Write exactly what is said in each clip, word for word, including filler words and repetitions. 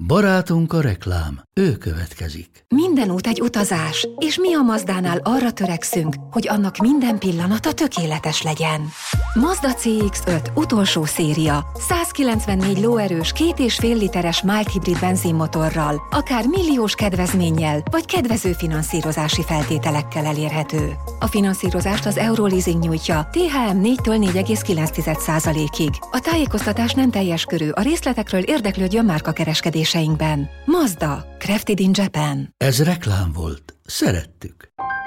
Barátunk a reklám, ő következik. Minden út egy utazás, és mi a Mazdánál arra törekszünk, hogy annak minden pillanata tökéletes legyen. Mazda cé iksz öt utolsó széria, százkilencvennégy lóerős, két és fél literes mild hibrid benzinmotorral, akár milliós kedvezménnyel, vagy kedvező finanszírozási feltételekkel elérhető. A finanszírozást az Euroleasing nyújtja, té há em négytől négy egész kilenc százalékig. A tájékoztatás nem teljes körű, a részletekről érdeklődjön márkakereskedéseinkben. Mazda, crafted in Japan. Ez reklám volt. Szerettük.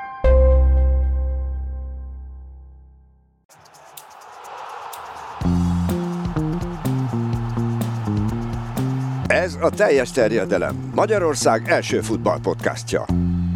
Ez a Teljes terjedelem, Magyarország első futballpodcastja.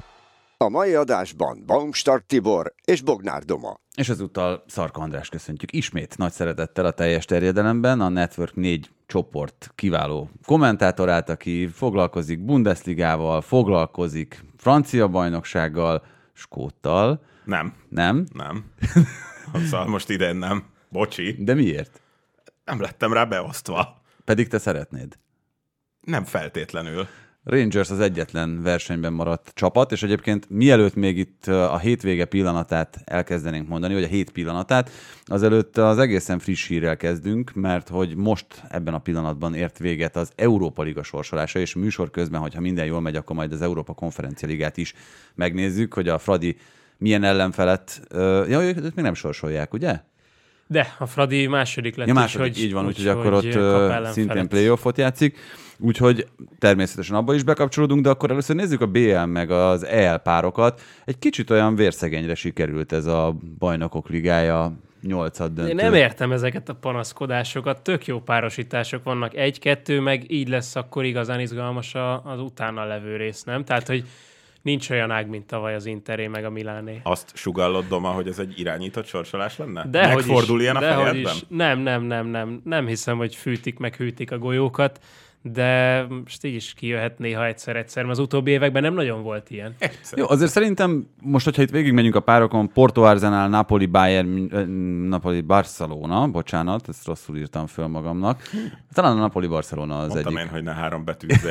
A mai adásban Baumstark Tibor és Bognár Doma. És ezúttal Szarka András köszöntjük ismét nagy szeretettel a Teljes terjedelemben, a Network négy csoport kiváló kommentátorát, aki foglalkozik Bundesligával, foglalkozik francia bajnoksággal, skóttal. Nem. Nem? Nem. Szóval most idén nem. Bocsi. De miért? Nem lettem rá beosztva. Pedig te szeretnéd. Nem feltétlenül. Rangers az egyetlen versenyben maradt csapat, és egyébként mielőtt még itt a hétvége pillanatát elkezdenénk mondani, vagy a hét pillanatát, azelőtt az egészen friss hírrel kezdünk, mert hogy most ebben a pillanatban ért véget az Európa Liga sorsolása, és műsor közben, hogyha minden jól megy, akkor majd az Európa Konferencia Ligát is megnézzük, hogy a Fradi milyen ellenfelet, ja, ők még nem sorsolják, ugye? De, a Fradi második lett. Ja, második, úgy, így van, úgyhogy úgy, akkor ott szintén playoffot játszik. Úgyhogy természetesen abba is bekapcsolódunk, de akkor először nézzük a bé el meg az é el párokat. Egy kicsit olyan vérszegényre sikerült ez a Bajnokok Ligája nyolcad döntő. Én nem értem ezeket a panaszkodásokat, tök jó párosítások vannak, egy-kettő, meg így lesz akkor igazán izgalmas az utána levő rész, nem? Tehát, hogy nincs olyan ág, mint tavaly az Interé meg a Miláné. Azt sugallod, Doma, hogy ez egy irányított sorsolás lenne? De Megfordul is, ilyen a fejedben? Nem, nem, nem, nem. Nem hiszem, hogy fűtik meg hűtik a golyókat, de most így is kijöhet néha egyszer-egyszer, mert az utóbbi években nem nagyon volt ilyen. Egyszer. Jó, azért szerintem most, hogyha itt végigmegyünk a párokon, Porto Arsenal, Napoli, Bayern, Napoli, Barcelona, bocsánat, ezt rosszul írtam föl magamnak. Talán a Napoli, Barcelona az Mondtam egyik. én, hogy ne három betűzzél.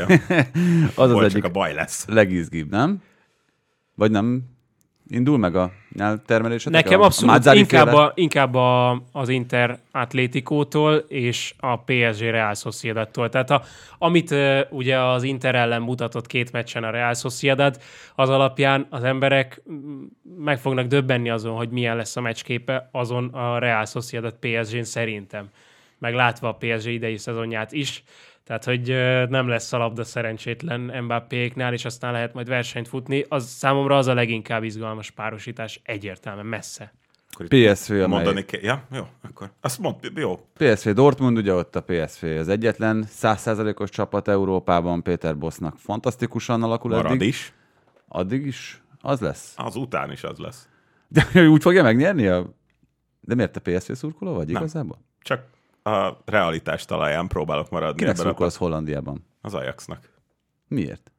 az az csak egyik a baj lesz. legizgibb, nem? Vagy nem indul meg a nyelvtermelésetek? Nekem a, abszolút a inkább, a, inkább a, az Inter Atlétikótól és a pé es gé Real Sociedattól. Tehát a, amit uh, ugye az Inter ellen mutatott két meccsen a Real Sociedad, az alapján az emberek meg fognak döbbenni azon, hogy milyen lesz a meccsképe azon a Real Sociedad pé es gén szerintem. Meg látva a pé es gé idei szezonját is. Tehát, hogy nem lesz a labda szerencsétlen Mbappéknál, és aztán lehet majd versenyt futni. Az számomra az a leginkább izgalmas párosítás, egyértelműen messze. pé es vé, mondani ke- Ja, jó, akkor azt mond, jó. pé es vé Dortmund, ugye ott a pé es vé az egyetlen száz százalékos csapat Európában, Péter Bosznak fantasztikusan alakul Marad eddig. is. Addig is az lesz. Az után is az lesz. De úgy fogja megnyerni a... De miért te pé es vé szurkoló vagy Nem. igazából? Csak a realitás talaján próbálok maradni. Kinek ebben a- szurkolsz Hollandiában? Az Ajaxnak. Miért?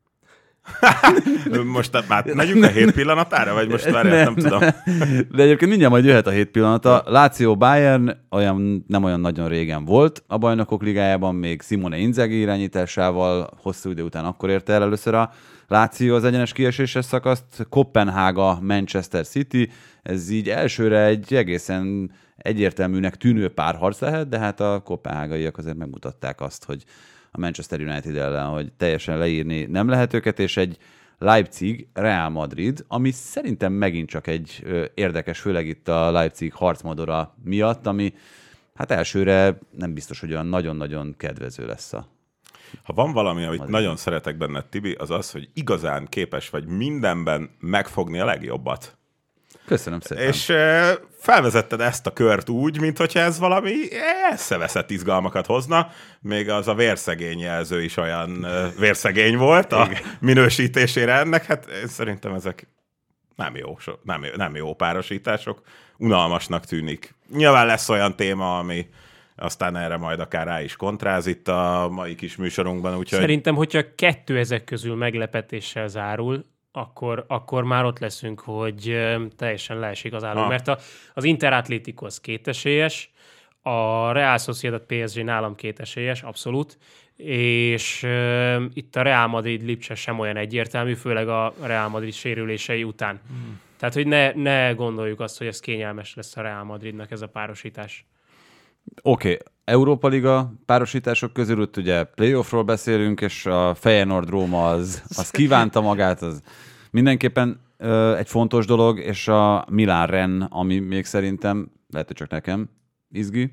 Most tehát már megyünk a hét pillanatára, vagy most már nem, nem tudom. De egyébként mindjárt majd jöhet a hét pillanata. Lazio Bayern olyan, nem olyan nagyon régen volt a Bajnokok Ligájában, még Simone Inzaghi irányításával hosszú idő után akkor érte el először a Lazio az egyenes kieséses szakaszt. Kopenhága, Manchester City, ez így elsőre egy egészen egyértelműnek tűnő párharc lehet, de hát a kopenhágaiak azért megmutatták azt, hogy a Manchester United ellen, hogy teljesen leírni nem lehet őket, és egy Leipzig, Real Madrid, ami szerintem megint csak egy ö, érdekes, főleg itt a Leipzig harcmodora miatt, ami hát elsőre nem biztos, hogy olyan nagyon-nagyon kedvező lesz a... Ha van valami, amit Madrid. nagyon szeretek benned, Tibi, az az, hogy igazán képes vagy mindenben megfogni a legjobbat. Köszönöm szépen. És uh, felvezetted ezt a kört úgy, mint hogyha ez valami eszeveszett izgalmakat hozna, még az a vérszegény jelző is olyan uh, vérszegény volt a minősítésére ennek, hát én szerintem ezek nem jó, so, nem, jó, nem jó párosítások, unalmasnak tűnik. Nyilván lesz olyan téma, ami aztán erre majd akár rá is kontráz itt a mai kis műsorunkban, úgyhogy... Szerintem, hogyha kettő ezek közül meglepetéssel zárul, akkor, akkor már ott leszünk, hogy teljesen leesik az álló. Ha. Mert a, az Inter Atlético az kétesélyes, a Real Sociedad pé es gé nálam kétesélyes, abszolút. és uh, itt a Real Madrid-Lipcse sem olyan egyértelmű, főleg a Real Madrid sérülései után. Hmm. Tehát, hogy ne, ne gondoljuk azt, hogy ez kényelmes lesz a Real Madridnak ez a párosítás. Oké, okay. Európa Liga párosítások közül ott ugye playoffról beszélünk, és a Feyenoord-Róma az, az kívánta magát, az mindenképpen ö, egy fontos dolog, és a Milán-Rennes, ami még szerintem, lehet, hogy csak nekem, izgi.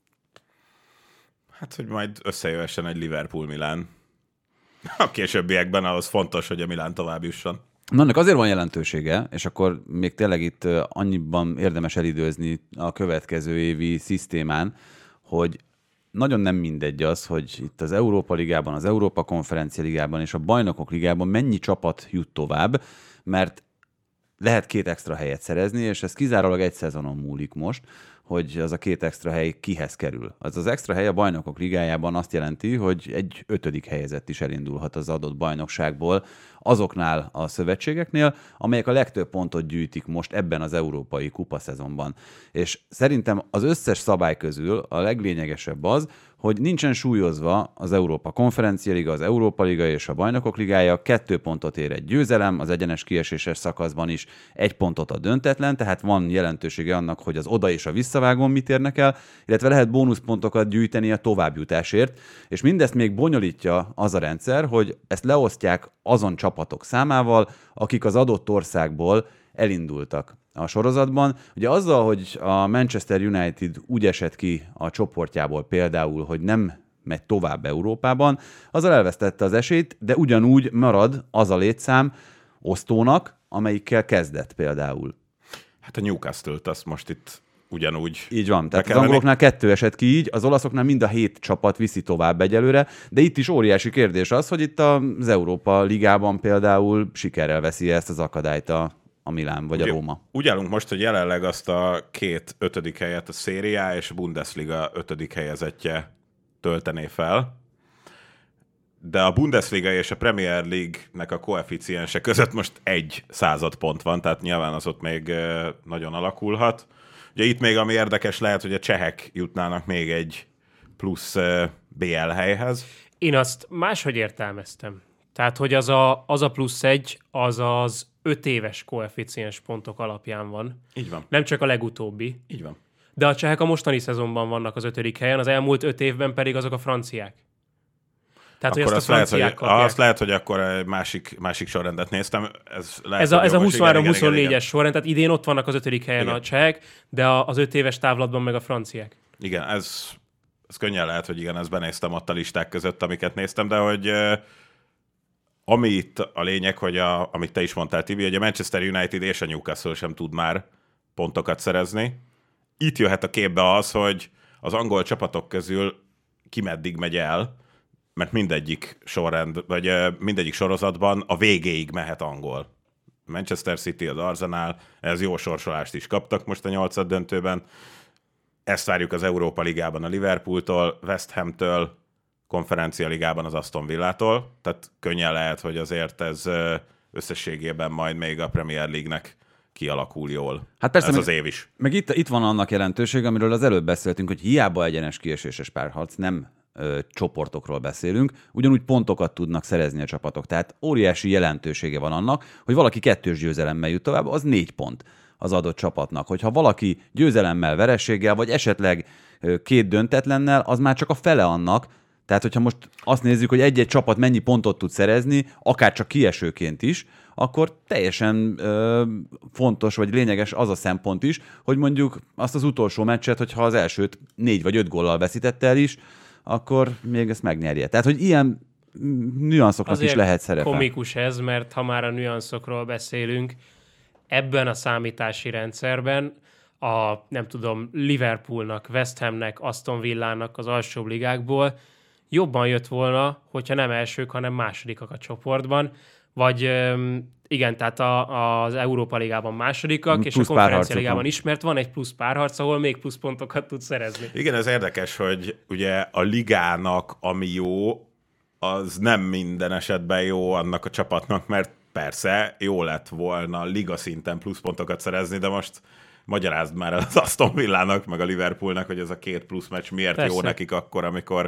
Hát, hogy majd összejöhessen egy Liverpool-Milán. A későbbiekben ahhoz fontos, hogy a Milán tovább jusson. Na, annak azért van jelentősége, és akkor még tényleg itt annyiban érdemes elidőzni a következő évi szisztémán, hogy nagyon nem mindegy az, hogy itt az Európa Ligában, az Európa Konferencia Ligában és a Bajnokok Ligában mennyi csapat jut tovább, mert lehet két extra helyet szerezni, és ez kizárólag egy szezonon múlik most, hogy az a két extra hely kihez kerül. Az az extra hely a Bajnokok Ligájában azt jelenti, hogy egy ötödik helyezett is elindulhat az adott bajnokságból azoknál a szövetségeknél, amelyek a legtöbb pontot gyűjtik most ebben az európai kupaszezonban. És szerintem az összes szabály közül a leglényegesebb az, hogy nincsen súlyozva az Európa Konferencia Liga, az Európa Liga és a Bajnokok Ligája, kettő pontot ér egy győzelem, az egyenes kieséses szakaszban is egy pontot a döntetlen, tehát van jelentősége annak, hogy az oda és a visszavágón mit érnek el, illetve lehet bónuszpontokat gyűjteni a továbbjutásért, és mindezt még bonyolítja az a rendszer, hogy ezt leosztják azon csapatok számával, akik az adott országból elindultak a sorozatban. Ugye azzal, hogy a Manchester United úgy esett ki a csoportjából például, hogy nem megy tovább Európában, azzal elvesztette az esélyt, de ugyanúgy marad az a létszám osztónak, amelyikkel kezdett például. Hát a Newcastle-t azt most itt ugyanúgy... Így van, tehát az angoloknál kettő esett ki így, az olaszoknál mind a hét csapat viszi tovább egyelőre, de itt is óriási kérdés az, hogy itt az Európa Ligában például sikerrel veszi ezt az akadályt a a Milán vagy ugye, a Róma. Úgy állunk most, hogy jelenleg azt a két ötödik helyet a Serie A és a Bundesliga ötödik helyezettje töltené fel, de a Bundesliga és a Premier League-nek a koeficiense között most egy század pont van, tehát nyilván az ott még nagyon alakulhat. Ugye itt még ami érdekes lehet, hogy a csehek jutnának még egy plusz bé el helyhez. Én azt máshogy értelmeztem. Tehát, hogy az a, az a plusz egy, az az öt éves koeficiens pontok alapján van. Így van. Nem csak a legutóbbi. Így van. De a csehek a mostani szezonban vannak az ötödik helyen, az elmúlt öt évben pedig azok a franciák. Tehát, akkor hogy azt a franciák lehet, kapják. hogy, azt lehet, hogy akkor egy másik, másik sorrendet néztem. Ez, lehet, ez a, ez a huszonhárom huszonnégyes sorrend, tehát idén ott vannak az ötödik helyen igen. a csehek, de a, az öt éves távlatban meg a franciák. Igen, ez, ez könnyen lehet, hogy igen, ezt benéztem ott a listák között, amiket néztem, de hogy ami itt a lényeg, hogy a, amit te is mondtál, Tibi, hogy a Manchester United és a Newcastle sem tud már pontokat szerezni. Itt jöhet a képbe az, hogy az angol csapatok közül ki meddig megy el, mert mindegyik sorrend, vagy mindegyik sorozatban a végéig mehet angol. Manchester City, az Arsenal, ez jó sorsolást is kaptak most a nyolcad döntőben. Ezt várjuk az Európa Ligában a Liverpooltól, West Hamtől, Konferencia Ligában az Aston Villától, tehát könnyen lehet, hogy azért ez összességében majd még a Premier League-nek kialakul jól. Hát persze, ez meg, az év is. Meg itt, itt van annak jelentőség, amiről az előbb beszéltünk, hogy hiába egyenes kieséses párharc, nem ö, csoportokról beszélünk, ugyanúgy pontokat tudnak szerezni a csapatok. Tehát óriási jelentősége van annak, hogy valaki kettős győzelemmel jut tovább, az négy pont az adott csapatnak. Hogyha valaki győzelemmel, vereséggel, vagy esetleg ö, két döntetlennel, az már csak a fele annak. Tehát, hogyha most azt nézzük, hogy egy-egy csapat mennyi pontot tud szerezni, akár csak kiesőként is, akkor teljesen ö, fontos vagy lényeges az a szempont is, hogy mondjuk azt az utolsó meccset, hogyha az elsőt négy vagy öt góllal veszítette el is, akkor még ezt megnyerje. Tehát, hogy ilyen nüanszoknak azért is lehet szerepel. Komikus ez, mert ha már a nüanszokról beszélünk, ebben a számítási rendszerben a, nem tudom, Liverpoolnak, West Hamnek, Aston Villának az alsóbb ligákból jobban jött volna, hogyha nem elsők, hanem másodikak a csoportban, vagy igen, tehát a, az Európa Ligában másodikak, plusz és a Konferencia Ligában is, mert van egy plusz párharc, ahol még plusz pontokat tud szerezni. Igen, ez érdekes, hogy ugye a ligának, ami jó, az nem minden esetben jó annak a csapatnak, mert persze jó lett volna liga szinten plusz pontokat szerezni, de most magyarázd már az Aston Villának, meg a Liverpoolnak, hogy ez a két plusz meccs miért persze. Jó nekik akkor, amikor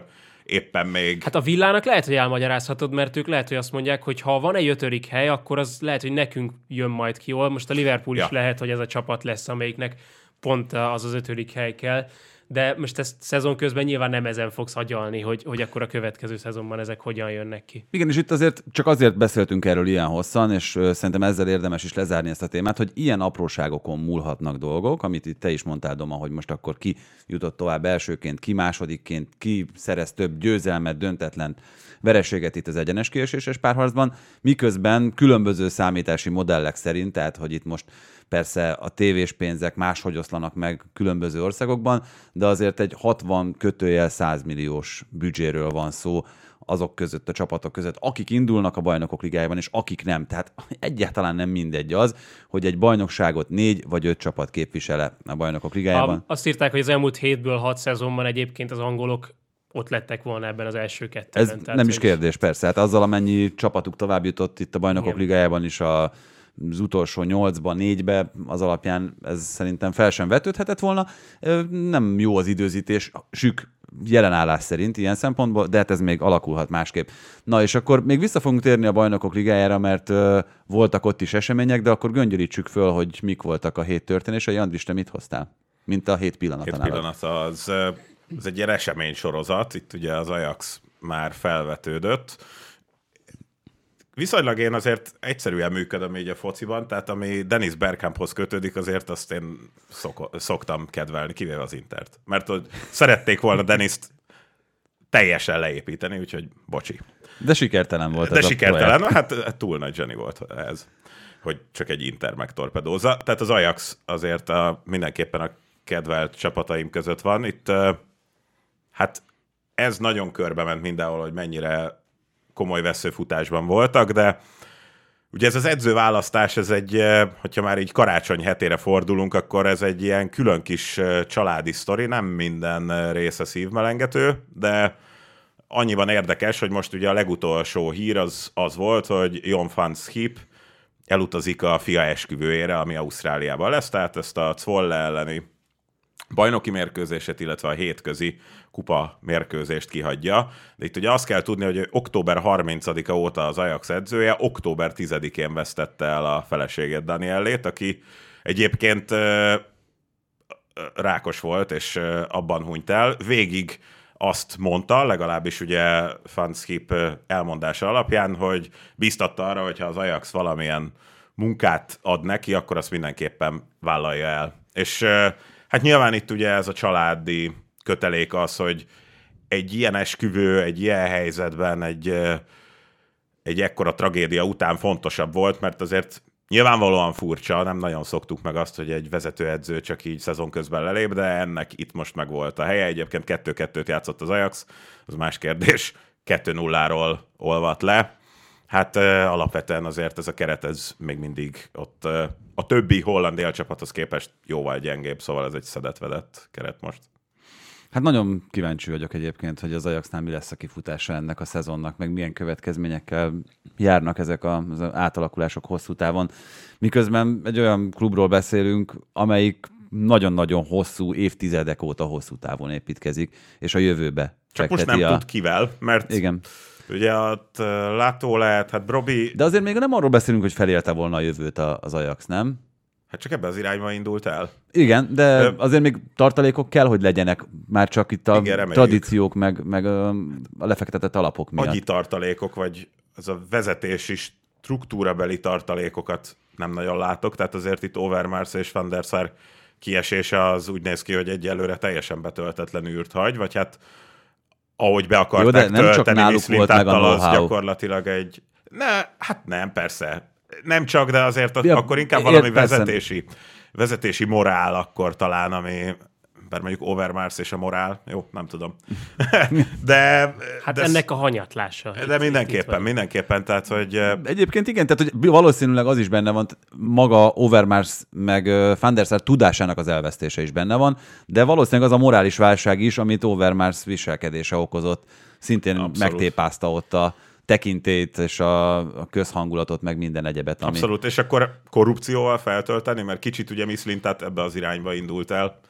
éppen még... Hát a Villának lehet, hogy elmagyarázhatod, mert ők lehet, hogy azt mondják, hogy ha van egy ötödik hely, akkor az lehet, hogy nekünk jön majd ki jól. Most a Liverpool ja. is lehet, hogy ez a csapat lesz, amelyiknek pont az az ötödik hely kell. De most ezt szezon közben nyilván nem ezen fogsz agyalni, hogy, hogy akkor a következő szezonban ezek hogyan jönnek ki. Igen, és itt azért csak azért beszéltünk erről ilyen hosszan, és szerintem ezzel érdemes is lezárni ezt a témát, hogy ilyen apróságokon múlhatnak dolgok, amit itt te is mondtál, Doma, hogy most akkor ki jutott tovább elsőként, ki másodikként, ki szerez több győzelmet, döntetlen vereséget itt az egyenes kieséses párharcban, miközben különböző számítási modellek szerint, tehát hogy itt most persze a tévés pénzek máshogy oszlanak meg különböző országokban, de azért egy hatvan kötőjel száz milliós büdzséről van szó azok között, a csapatok között, akik indulnak a bajnokok ligájában, és akik nem. Tehát egyáltalán nem mindegy az, hogy egy bajnokságot négy vagy öt csapat képvisele a bajnokok ligájában. A, azt írták, hogy az elmúlt hétből hat szezonban egyébként az angolok ott lettek volna ebben az első kettőben. Ez tehát, nem is kérdés, persze. Hát azzal, amennyi csapatuk tovább jutott itt a bajnokok igen. ligájában is a az utolsó nyolcban, négybe, az alapján ez szerintem fel sem vetődhetett volna. Nem jó az időzítés, sük jelenállás szerint ilyen szempontból, de hát ez még alakulhat másképp. Na és akkor még vissza fogunk térni a bajnokok ligájára, mert uh, voltak ott is események, de akkor göngyörítsük föl, hogy mik voltak a hét történései. Andris, te mit hoztál? Mint a hét pillanatanál. Hét pillanata az, az egy ilyen esemény sorozat, itt ugye az Ajax már felvetődött. Viszonylag én azért egyszerűen működöm így a fociban, tehát ami Dennis Bergkamphoz kötődik, azért azt én szok- szoktam kedvelni, kivéve az Intert. Mert hogy szerették volna Denniszt teljesen leépíteni, úgyhogy bocsi. De sikertelen volt De ez sikertelen, a hát, hát túl nagy zseni volt ez, hogy csak egy Inter megtorpedózza. Tehát az Ajax azért a, mindenképpen a kedvelt csapataim között van. Itt hát ez nagyon körbe ment mindenhol, hogy mennyire komoly veszőfutásban voltak, de ugye ez az edzőválasztás, ez egy, hogyha már így karácsony hetére fordulunk, akkor ez egy ilyen külön kis családi sztori, nem minden része szívmelengető, de annyiban érdekes, hogy most ugye a legutolsó hír az, az volt, hogy Jon van Schip elutazik a fia esküvőjére, ami Ausztráliában lesz, tehát ezt a Zwolle elleni bajnoki mérkőzést, illetve a hétközi kupa mérkőzést kihagyja. De itt ugye azt kell tudni, hogy október harmincadika óta az Ajax edzője, október tizedikén vesztette el a feleségét, Daniellét, aki egyébként ö, rákos volt, és ö, abban hunyt el. Végig azt mondta, legalábbis ugye Van Schip elmondása alapján, hogy biztatta arra, hogyha az Ajax valamilyen munkát ad neki, akkor azt mindenképpen vállalja el. És ö, hát nyilván itt ugye ez a családi kötelék az, hogy egy ilyen esküvő, egy ilyen helyzetben, egy, egy ekkora tragédia után fontosabb volt, mert azért nyilvánvalóan furcsa, nem nagyon szoktuk meg azt, hogy egy vezetőedző csak így szezon közben lelép, de ennek itt most meg volt a helye. Egyébként kettő-kettőt játszott az Ajax, az más kérdés, kettő nulláról olvadt le. Hát alapvetően azért ez a keret, ez még mindig ott a többi holland élcsapathoz képest jóval gyengébb, szóval ez egy szedett-vedett keret most. Hát nagyon kíváncsi vagyok egyébként, hogy az Ajaxnál mi lesz a kifutása ennek a szezonnak, meg milyen következményekkel járnak ezek az átalakulások hosszú távon. Miközben egy olyan klubról beszélünk, amelyik nagyon-nagyon hosszú, évtizedek óta hosszú távon építkezik, és a jövőbe Csak most nem a... tud kivel, mert igen. Ugye ott látó lehet, hát Brobi... De azért még nem arról beszélünk, hogy felélte volna a jövőt az Ajax, nem? Hát csak ebben az irányba indult el. Igen, de azért még tartalékok kell, hogy legyenek, már csak itt a igen, tradíciók, meg, meg a lefektetett alapok miatt. Agyi tartalékok, vagy az a vezetési struktúrabeli tartalékokat nem nagyon látok, tehát azért itt Overmars és Van der Sar kiesése az úgy néz ki, hogy egyelőre teljesen betöltetlen űrt hagy, vagy hát ahogy be akarták jó, tölteni Miszlintáttal, az gyakorlatilag egy... Ne, hát nem, persze. Nem csak, de azért ja, akkor inkább valami vezetési, vezetési morál akkor talán, ami... Bár mondjuk Overmars és a morál, jó, nem tudom. de... Hát de ennek a hanyatlása. De mindenképpen, mindenképpen, tehát, hogy... Egyébként igen, tehát hogy valószínűleg az is benne van, maga Overmars meg Van der Sar tudásának az elvesztése is benne van, de valószínűleg az a morális válság is, amit Overmars viselkedése okozott, szintén abszolút megtépázta ott a tekintélyt és a, a közhangulatot, meg minden egyebet. Ami... Abszolút, és akkor korrupcióval feltölteni, mert kicsit ugye Miszlintát ebbe az irányba indult el.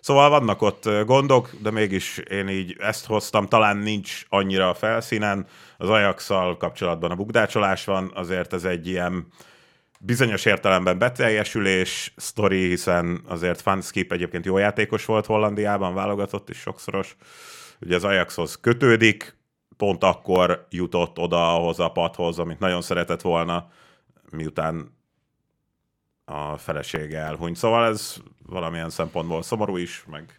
Szóval vannak ott gondok, de mégis én így ezt hoztam, talán nincs annyira a felszínen. Az Ajax-szal kapcsolatban a bukdácsolás van, azért ez egy ilyen bizonyos értelemben beteljesülés sztori, hiszen azért Van Schip egyébként jó játékos volt Hollandiában, válogatott is sokszoros. Ugye az Ajaxhoz kötődik, pont akkor jutott oda ahhoz a padhoz, amit nagyon szeretett volna, miután a felesége elhunyt. Szóval ez valamilyen szempontból szomorú is, meg,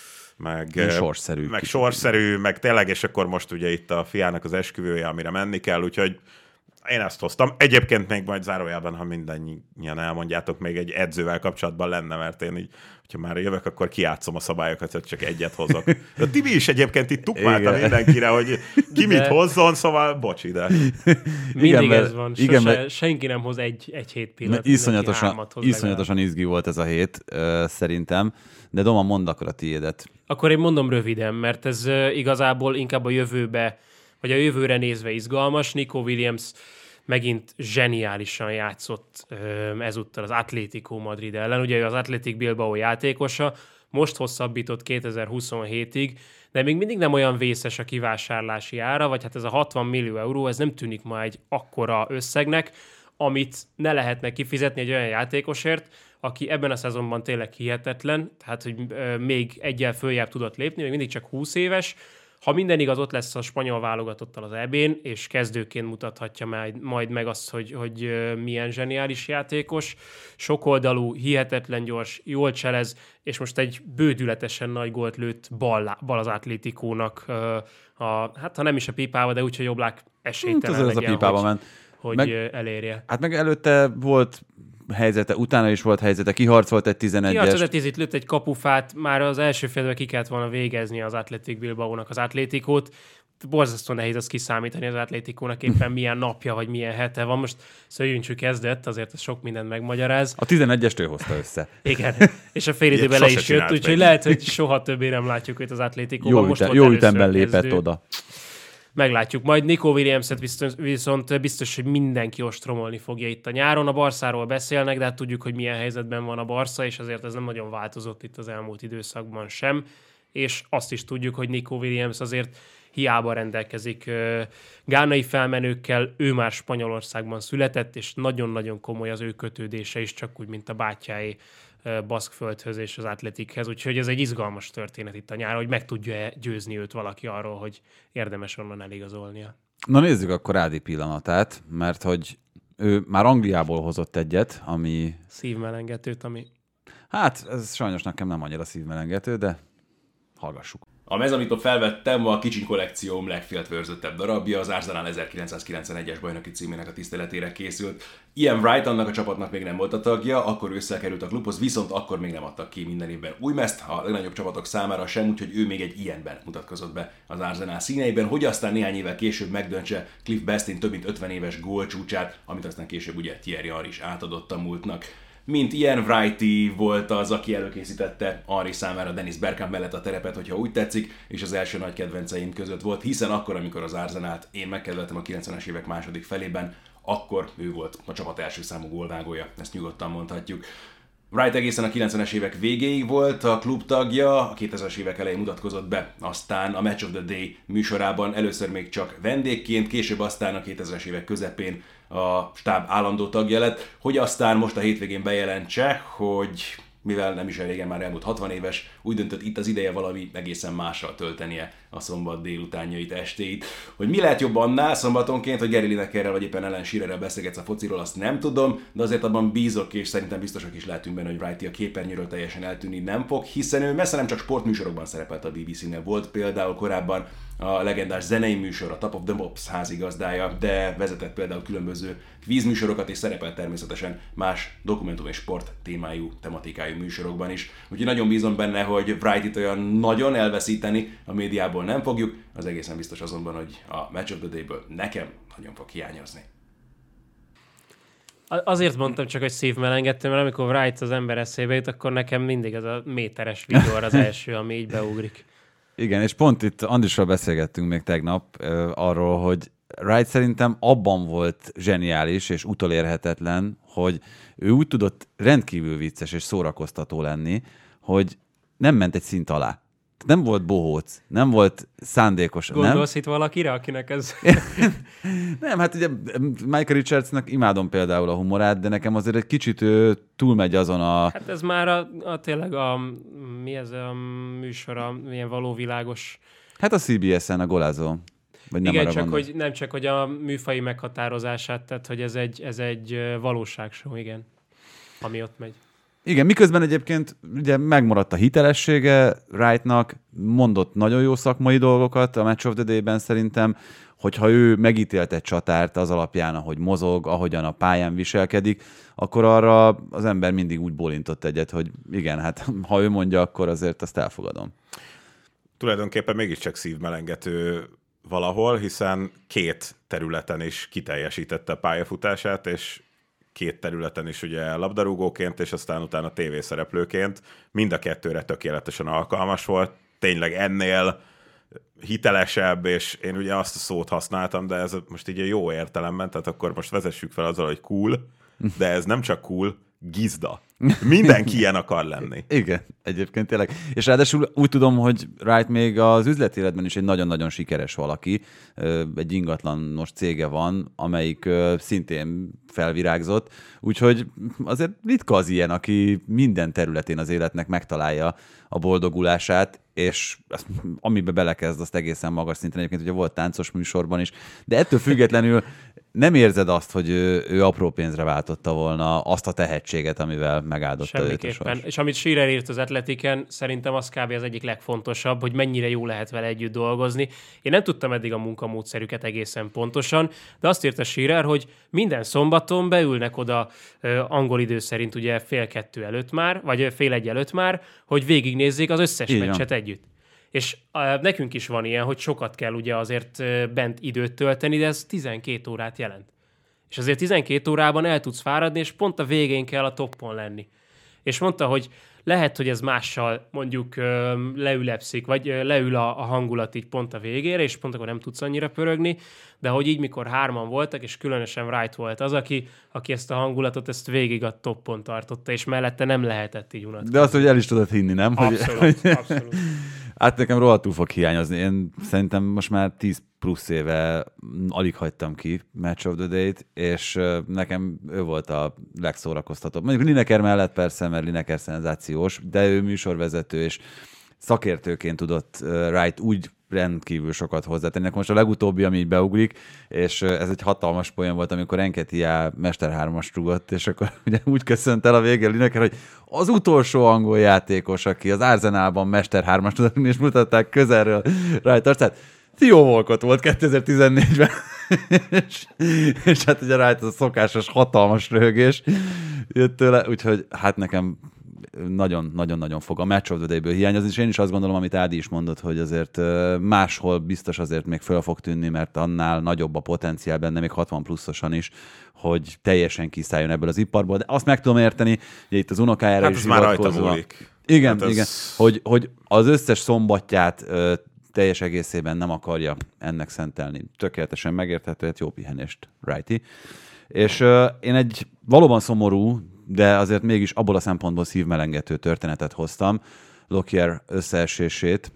meg, sorszerű. meg sorszerű, meg tényleg, és akkor most ugye itt a fiának az esküvője, amire menni kell, úgyhogy én ezt hoztam. Egyébként még majd zárójában, ha mindannyian elmondjátok, még egy edzővel kapcsolatban lenne, mert én így, hogyha már jövök, akkor kiátszom a szabályokat, hogy csak egyet hozok. De Tibi is egyébként itt tukmálta mindenkire, hogy ki mit hozzon, szóval bocs ide. Mindig igen, ez van. Sose, igen, mert senki nem hoz egy, egy hét pillanat. Iszonyatosan, iszonyatosan izgi volt ez a hét, uh, szerintem. De Doma, mondd akkor a tiédet. Akkor én mondom röviden, mert ez uh, igazából inkább a jövőbe, vagy a jövőre nézve izgalmas. Nico Williams megint zseniálisan játszott ezúttal az Atlético Madrid ellen. Ugye az Athletic Bilbao játékosa, most hosszabbított kétezer-huszonhétig, de még mindig nem olyan vészes a kivásárlási ára, vagy hát ez a hatvan millió euró, ez nem tűnik ma egy akkora összegnek, amit ne lehetne kifizetni egy olyan játékosért, aki ebben a szezonban tényleg hihetetlen, tehát hogy még egyel följebb tudott lépni, még mindig csak húsz éves. Ha minden igaz, ott lesz a spanyol válogatottal az é bén, és kezdőként mutathatja majd, majd meg azt, hogy, hogy milyen zseniális játékos. Sokoldalú, hihetetlen gyors, jól cselez, és most egy bődületesen nagy gólt lőtt bal, bal az Atlétikónak. A, hát ha nem is a pipába, de úgyhogy Oblák esélytelen hát, legyen, a pipába hogy, ment. hogy meg, elérje. Hát meg előtte volt helyzete, utána is volt helyzete, kiharcolt egy tizenegyes. Kiharcolt egy tízit, lőtt egy kapufát, már az első félben ki kellett volna végezni az Athletic Bilbaónak az Atlétikót. Borzasztó nehéz azt kiszámítani az Atlétikónak éppen milyen napja, vagy milyen hete van. Most Szöjjüncsű kezdett, azért ez sok mindent megmagyaráz. A tizenegyest ő hozta össze. Igen, és a fél időben le is jött, úgyhogy lehet, hogy soha többé nem látjuk őt az Atlétikóban. Jó, ütem, jó ütemben lépett kezdő. Oda. Meglátjuk majd. Nico Williams-et biztos, viszont biztos, hogy mindenki ostromolni fogja itt a nyáron. A Barszáról beszélnek, de hát tudjuk, hogy milyen helyzetben van a Barca, és azért ez nem nagyon változott itt az elmúlt időszakban sem. És azt is tudjuk, hogy Nico Williams azért hiába rendelkezik uh, gánai felmenőkkel, ő már Spanyolországban született, és nagyon-nagyon komoly az ő kötődése is, csak úgy, mint a bátyái uh, Baszkföldhöz és az Atletikhez. Úgyhogy ez egy izgalmas történet itt a nyáron, hogy meg tudja győzni őt valaki arról, hogy érdemes onnan eligazolnia. Na nézzük akkor Ádi pillanatát, mert hogy ő már Angliából hozott egyet, ami... Szívmelengetőt, ami... Hát, ez sajnos nekem nem annyira szívmelengető, de hallgassuk. A mez, amit felvettem, a kicsiny kollekcióm legféltvörzöttebb darabja, az Arsenal ezerkilencszázkilencvenegyes bajnoki címének a tiszteletére készült. Ian Wright annak a csapatnak még nem volt a tagja, akkor összekerült a klubhoz, viszont akkor még nem adtak ki minden évben új mezt, a legnagyobb csapatok számára sem, úgyhogy ő még egy ilyenben mutatkozott be az Arsenal színeiben, hogy aztán néhány évvel később megdöntse Cliff Bestin több mint ötven éves gólcsúcsát, amit aztán később ugye Thierry Henry is átadott a múltnak. Mint Ian Wrighty volt az, aki előkészítette Henry számára Dennis Bergkamp mellett a terepet, hogyha úgy tetszik, és az első nagy kedvenceim között volt, hiszen akkor, amikor az Arsenalt én megkedveltem a kilencvenes évek második felében, akkor ő volt a csapat első számú gólvágója, ezt nyugodtan mondhatjuk. Wright egészen a kilencvenes évek végéig volt a klub tagja, a kétezres évek elején mutatkozott be, aztán a Match of the Day műsorában először még csak vendégként, később aztán a kétezres évek közepén a stáb állandó tagja lett, hogy aztán most a hétvégén bejelentse, hogy mivel nem is olyan régen már elmúlt hatvan éves, úgy döntött itt az ideje valami egészen mással töltenie a szombat délutánjait, estéit. Hogy mi lehet jobb annál szombatonként, hogy Gary Linekerrel vagy éppen Alan Shearerrel beszélgetsz a fociról, azt nem tudom, de azért abban bízok, és szerintem biztosak is lehetünk benne, hogy Wrighty a képernyőről teljesen eltűnni nem fog, hiszen ő messze nem csak sportműsorokban szerepelt a bé bé cé-nél, volt például korábban a legendás zenei műsor, a Top of the Mops házigazdája, de vezetett például különböző kvízműsorokat, és szerepelt természetesen más dokumentum és sport témájú, tematikájú műsorokban is. Úgyhogy nagyon bízom benne, hogy Wrightyt olyan nagyon elveszíteni a médiából nem fogjuk, az egészen biztos azonban, hogy a Match of the Day-ből nekem nagyon fog hiányozni. Azért mondtam csak, hogy szívmelengető, mert amikor Wright az ember eszébe jut, akkor nekem mindig az a méteres videó az első, ami így beugrik. Igen, és pont itt Andrissal beszélgettünk még tegnap uh, arról, hogy Wright szerintem abban volt zseniális és utolérhetetlen, hogy ő úgy tudott rendkívül vicces és szórakoztató lenni, hogy nem ment egy szint alá. Nem volt bohóc, nem volt szándékos. Gondolsz nem? itt valakire, akinek ez... Nem, hát ugye Michael Richardsnak imádom például a humorát, de nekem azért egy kicsit ő túlmegy azon a... Hát ez már a, a tényleg a... Mi ez a műsor, a milyen valóvilágos... Hát a cé bé es-en a golázó. Vagy nem igen, csak gondolsz? hogy, nem csak, hogy a műfai meghatározását, tehát hogy ez egy, ez egy valóságshow, igen, ami ott megy. Igen, miközben egyébként ugye megmaradt a hitelessége Wrightnak, mondott nagyon jó szakmai dolgokat a Match of the Day-ben szerintem, hogyha ő megítélt egy csatárt az alapján, ahogy mozog, ahogyan a pályán viselkedik, akkor arra az ember mindig úgy bólintott egyet, hogy igen, hát ha ő mondja, akkor azért azt elfogadom. Tulajdonképpen mégiscsak szívmelengető valahol, hiszen két területen is kiteljesítette a pályafutását, és két területen is ugye labdarúgóként, és aztán utána tévészereplőként mind a kettőre tökéletesen alkalmas volt. Tényleg ennél hitelesebb, és én ugye azt a szót használtam, de ez most így a jó értelemben, tehát akkor most vezessük fel azzal, hogy cool, de ez nem csak cool, gizda. Mindenki ilyen akar lenni. Igen, egyébként tényleg. És ráadásul úgy tudom, hogy Wright még az üzleti életben is egy nagyon-nagyon sikeres valaki. Egy ingatlanos cége van, amelyik szintén felvirágzott. Úgyhogy azért ritka az ilyen, aki minden területén az életnek megtalálja a boldogulását, és amiben belekezd, azt egészen magas szinten. Egyébként ugye volt táncos műsorban is. De ettől függetlenül nem érzed azt, hogy ő, ő apró pénzre váltotta volna azt a tehetséget, amivel megáldotta őt a sors. És amit Shearer írt az Atletiken, szerintem az kb. Az egyik legfontosabb, hogy mennyire jó lehet vele együtt dolgozni. Én nem tudtam eddig a munkamódszerüket egészen pontosan, de azt írta Shearer, hogy minden szombaton beülnek oda angol idő szerint ugye fél kettő előtt már, vagy fél egy előtt már, hogy végignézzék az összes így meccset van. együtt. És uh, nekünk is van ilyen, hogy sokat kell ugye azért uh, bent időt tölteni, de ez tizenkét órát jelent. És azért tizenkét órában el tudsz fáradni, és pont a végén kell a toppon lenni. És mondta, hogy lehet, hogy ez mással mondjuk uh, leülepszik, vagy uh, leül a, a hangulat így pont a végére, és pont akkor nem tudsz annyira pörögni, de hogy így, mikor hárman voltak, és különösen Wright volt az, aki, aki ezt a hangulatot, ezt végig a toppon tartotta, és mellette nem lehetett így unatkozni. De azt, hogy el is tudod hinni, nem? Abszolút, hogy... abszolút. Hát nekem rohadtul fog hiányozni. Én szerintem most már tíz plusz éve alig hagytam ki Match of the Day-t, és nekem ő volt a legszórakoztatóbb. Mondjuk Lineker mellett persze, mert Lineker szenzációs, de ő műsorvezető, és szakértőként tudott Wright úgy rendkívül sokat hozzátenni. Most a legutóbbi, ami így beugrik, és ez egy hatalmas poén volt, amikor Enketia Mester hármast rúgott, és akkor ugye úgy köszönt el a végén Lineker, hogy az utolsó angol játékos, aki az Arsenalban Mester hármast tudott, és mutatták közelről Wright arcát. Theo Walcott volt kétezer-tizennégyben, és, és hát ugye Wright az a szokásos hatalmas röhögés jött tőle, úgyhogy hát nekem nagyon-nagyon-nagyon fog a Match of the Day-ből hiányozni, és én is azt gondolom, amit Ádi is mondott, hogy azért máshol biztos azért még föl fog tűnni, mert annál nagyobb a potenciál benne, még hatvan pluszosan is, hogy teljesen kiszálljon ebből az iparból, de azt meg tudom érteni, hogy itt az unokájára hát is már rajta múlik. Igen, hát ez... igen, hogy, hogy az összes szombatját ö, teljes egészében nem akarja ennek szentelni. Tökéletesen megérthető, hogy jó pihenést, righty. És ö, én egy valóban szomorú, de azért mégis abból a szempontból szívmelengető történetet hoztam, Lockyer összeesését,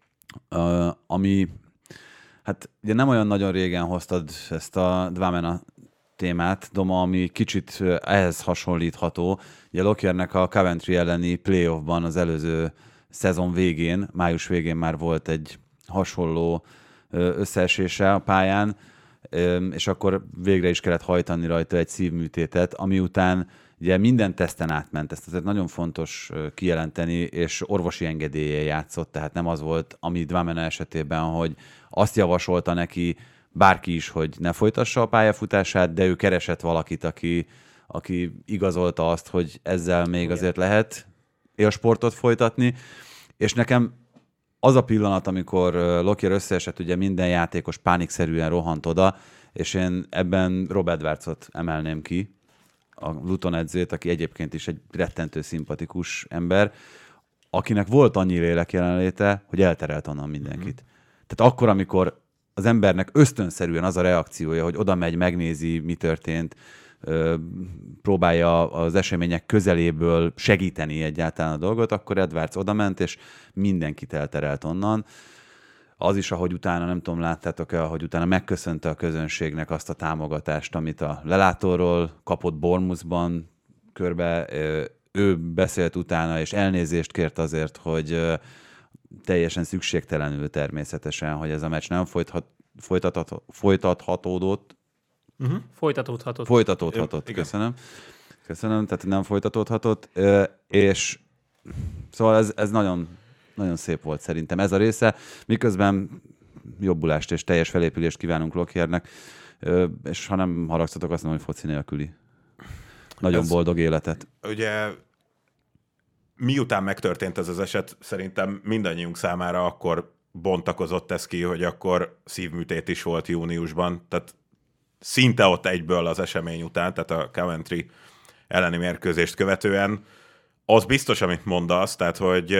uh, ami, hát ugye nem olyan nagyon régen hoztad ezt a Dvamena témát, Doma, ami kicsit ehhez hasonlítható. Ugye Lockyernek a Coventry elleni playoffban az előző szezon végén, május végén már volt egy hasonló összeesése a pályán, és akkor végre is kellett hajtani rajta egy szívműtétet, ami után ugye minden teszten átment, ezt azért nagyon fontos kijelenteni, és orvosi engedéllyel játszott, tehát nem az volt, ami Dvamena esetében, hogy azt javasolta neki bárki is, hogy ne folytassa a pályafutását, de ő keresett valakit, aki, aki igazolta azt, hogy ezzel még azért lehet élsportot folytatni, és nekem az a pillanat, amikor Lockyer összeesett, ugye minden játékos pánikszerűen rohant oda, és én ebben Rob Edwardsot emelném ki, a Luton edzőt, aki egyébként is egy rettentő szimpatikus ember, akinek volt annyi lélek jelenléte, hogy elterelt onnan mindenkit. Mm. Tehát akkor, amikor az embernek ösztönszerűen az a reakciója, hogy oda megy, megnézi, mi történt, ö, próbálja az események közeléből segíteni egyáltalán a dolgot, akkor Edwards odament, és mindenkit elterelt onnan. Az is, ahogy utána, nem tudom, láttátok-e, ahogy utána megköszönte a közönségnek azt a támogatást, amit a lelátóról kapott Bournemouthban körbe. Ő beszélt utána, és elnézést kért azért, hogy teljesen szükségtelenül természetesen, hogy ez a meccs nem folythat, folytathat, folytathatódott. Uh-huh. Folytatódhatott. Folytatódhatott, Ö, köszönöm. Köszönöm, tehát nem folytatódhatott. És szóval ez, ez nagyon, nagyon szép volt szerintem ez a része, miközben jobbulást és teljes felépülést kívánunk Lockyernek, és ha nem haragszatok, azt mondom, hogy foci nélküli. Nagyon ez, boldog életet. Ugye miután megtörtént ez az eset, szerintem mindannyiunk számára akkor bontakozott ez ki, hogy akkor szívműtét is volt júniusban, tehát szinte ott egyből az esemény után, tehát a Coventry elleni mérkőzést követően. Az biztos, amit mondasz, tehát hogy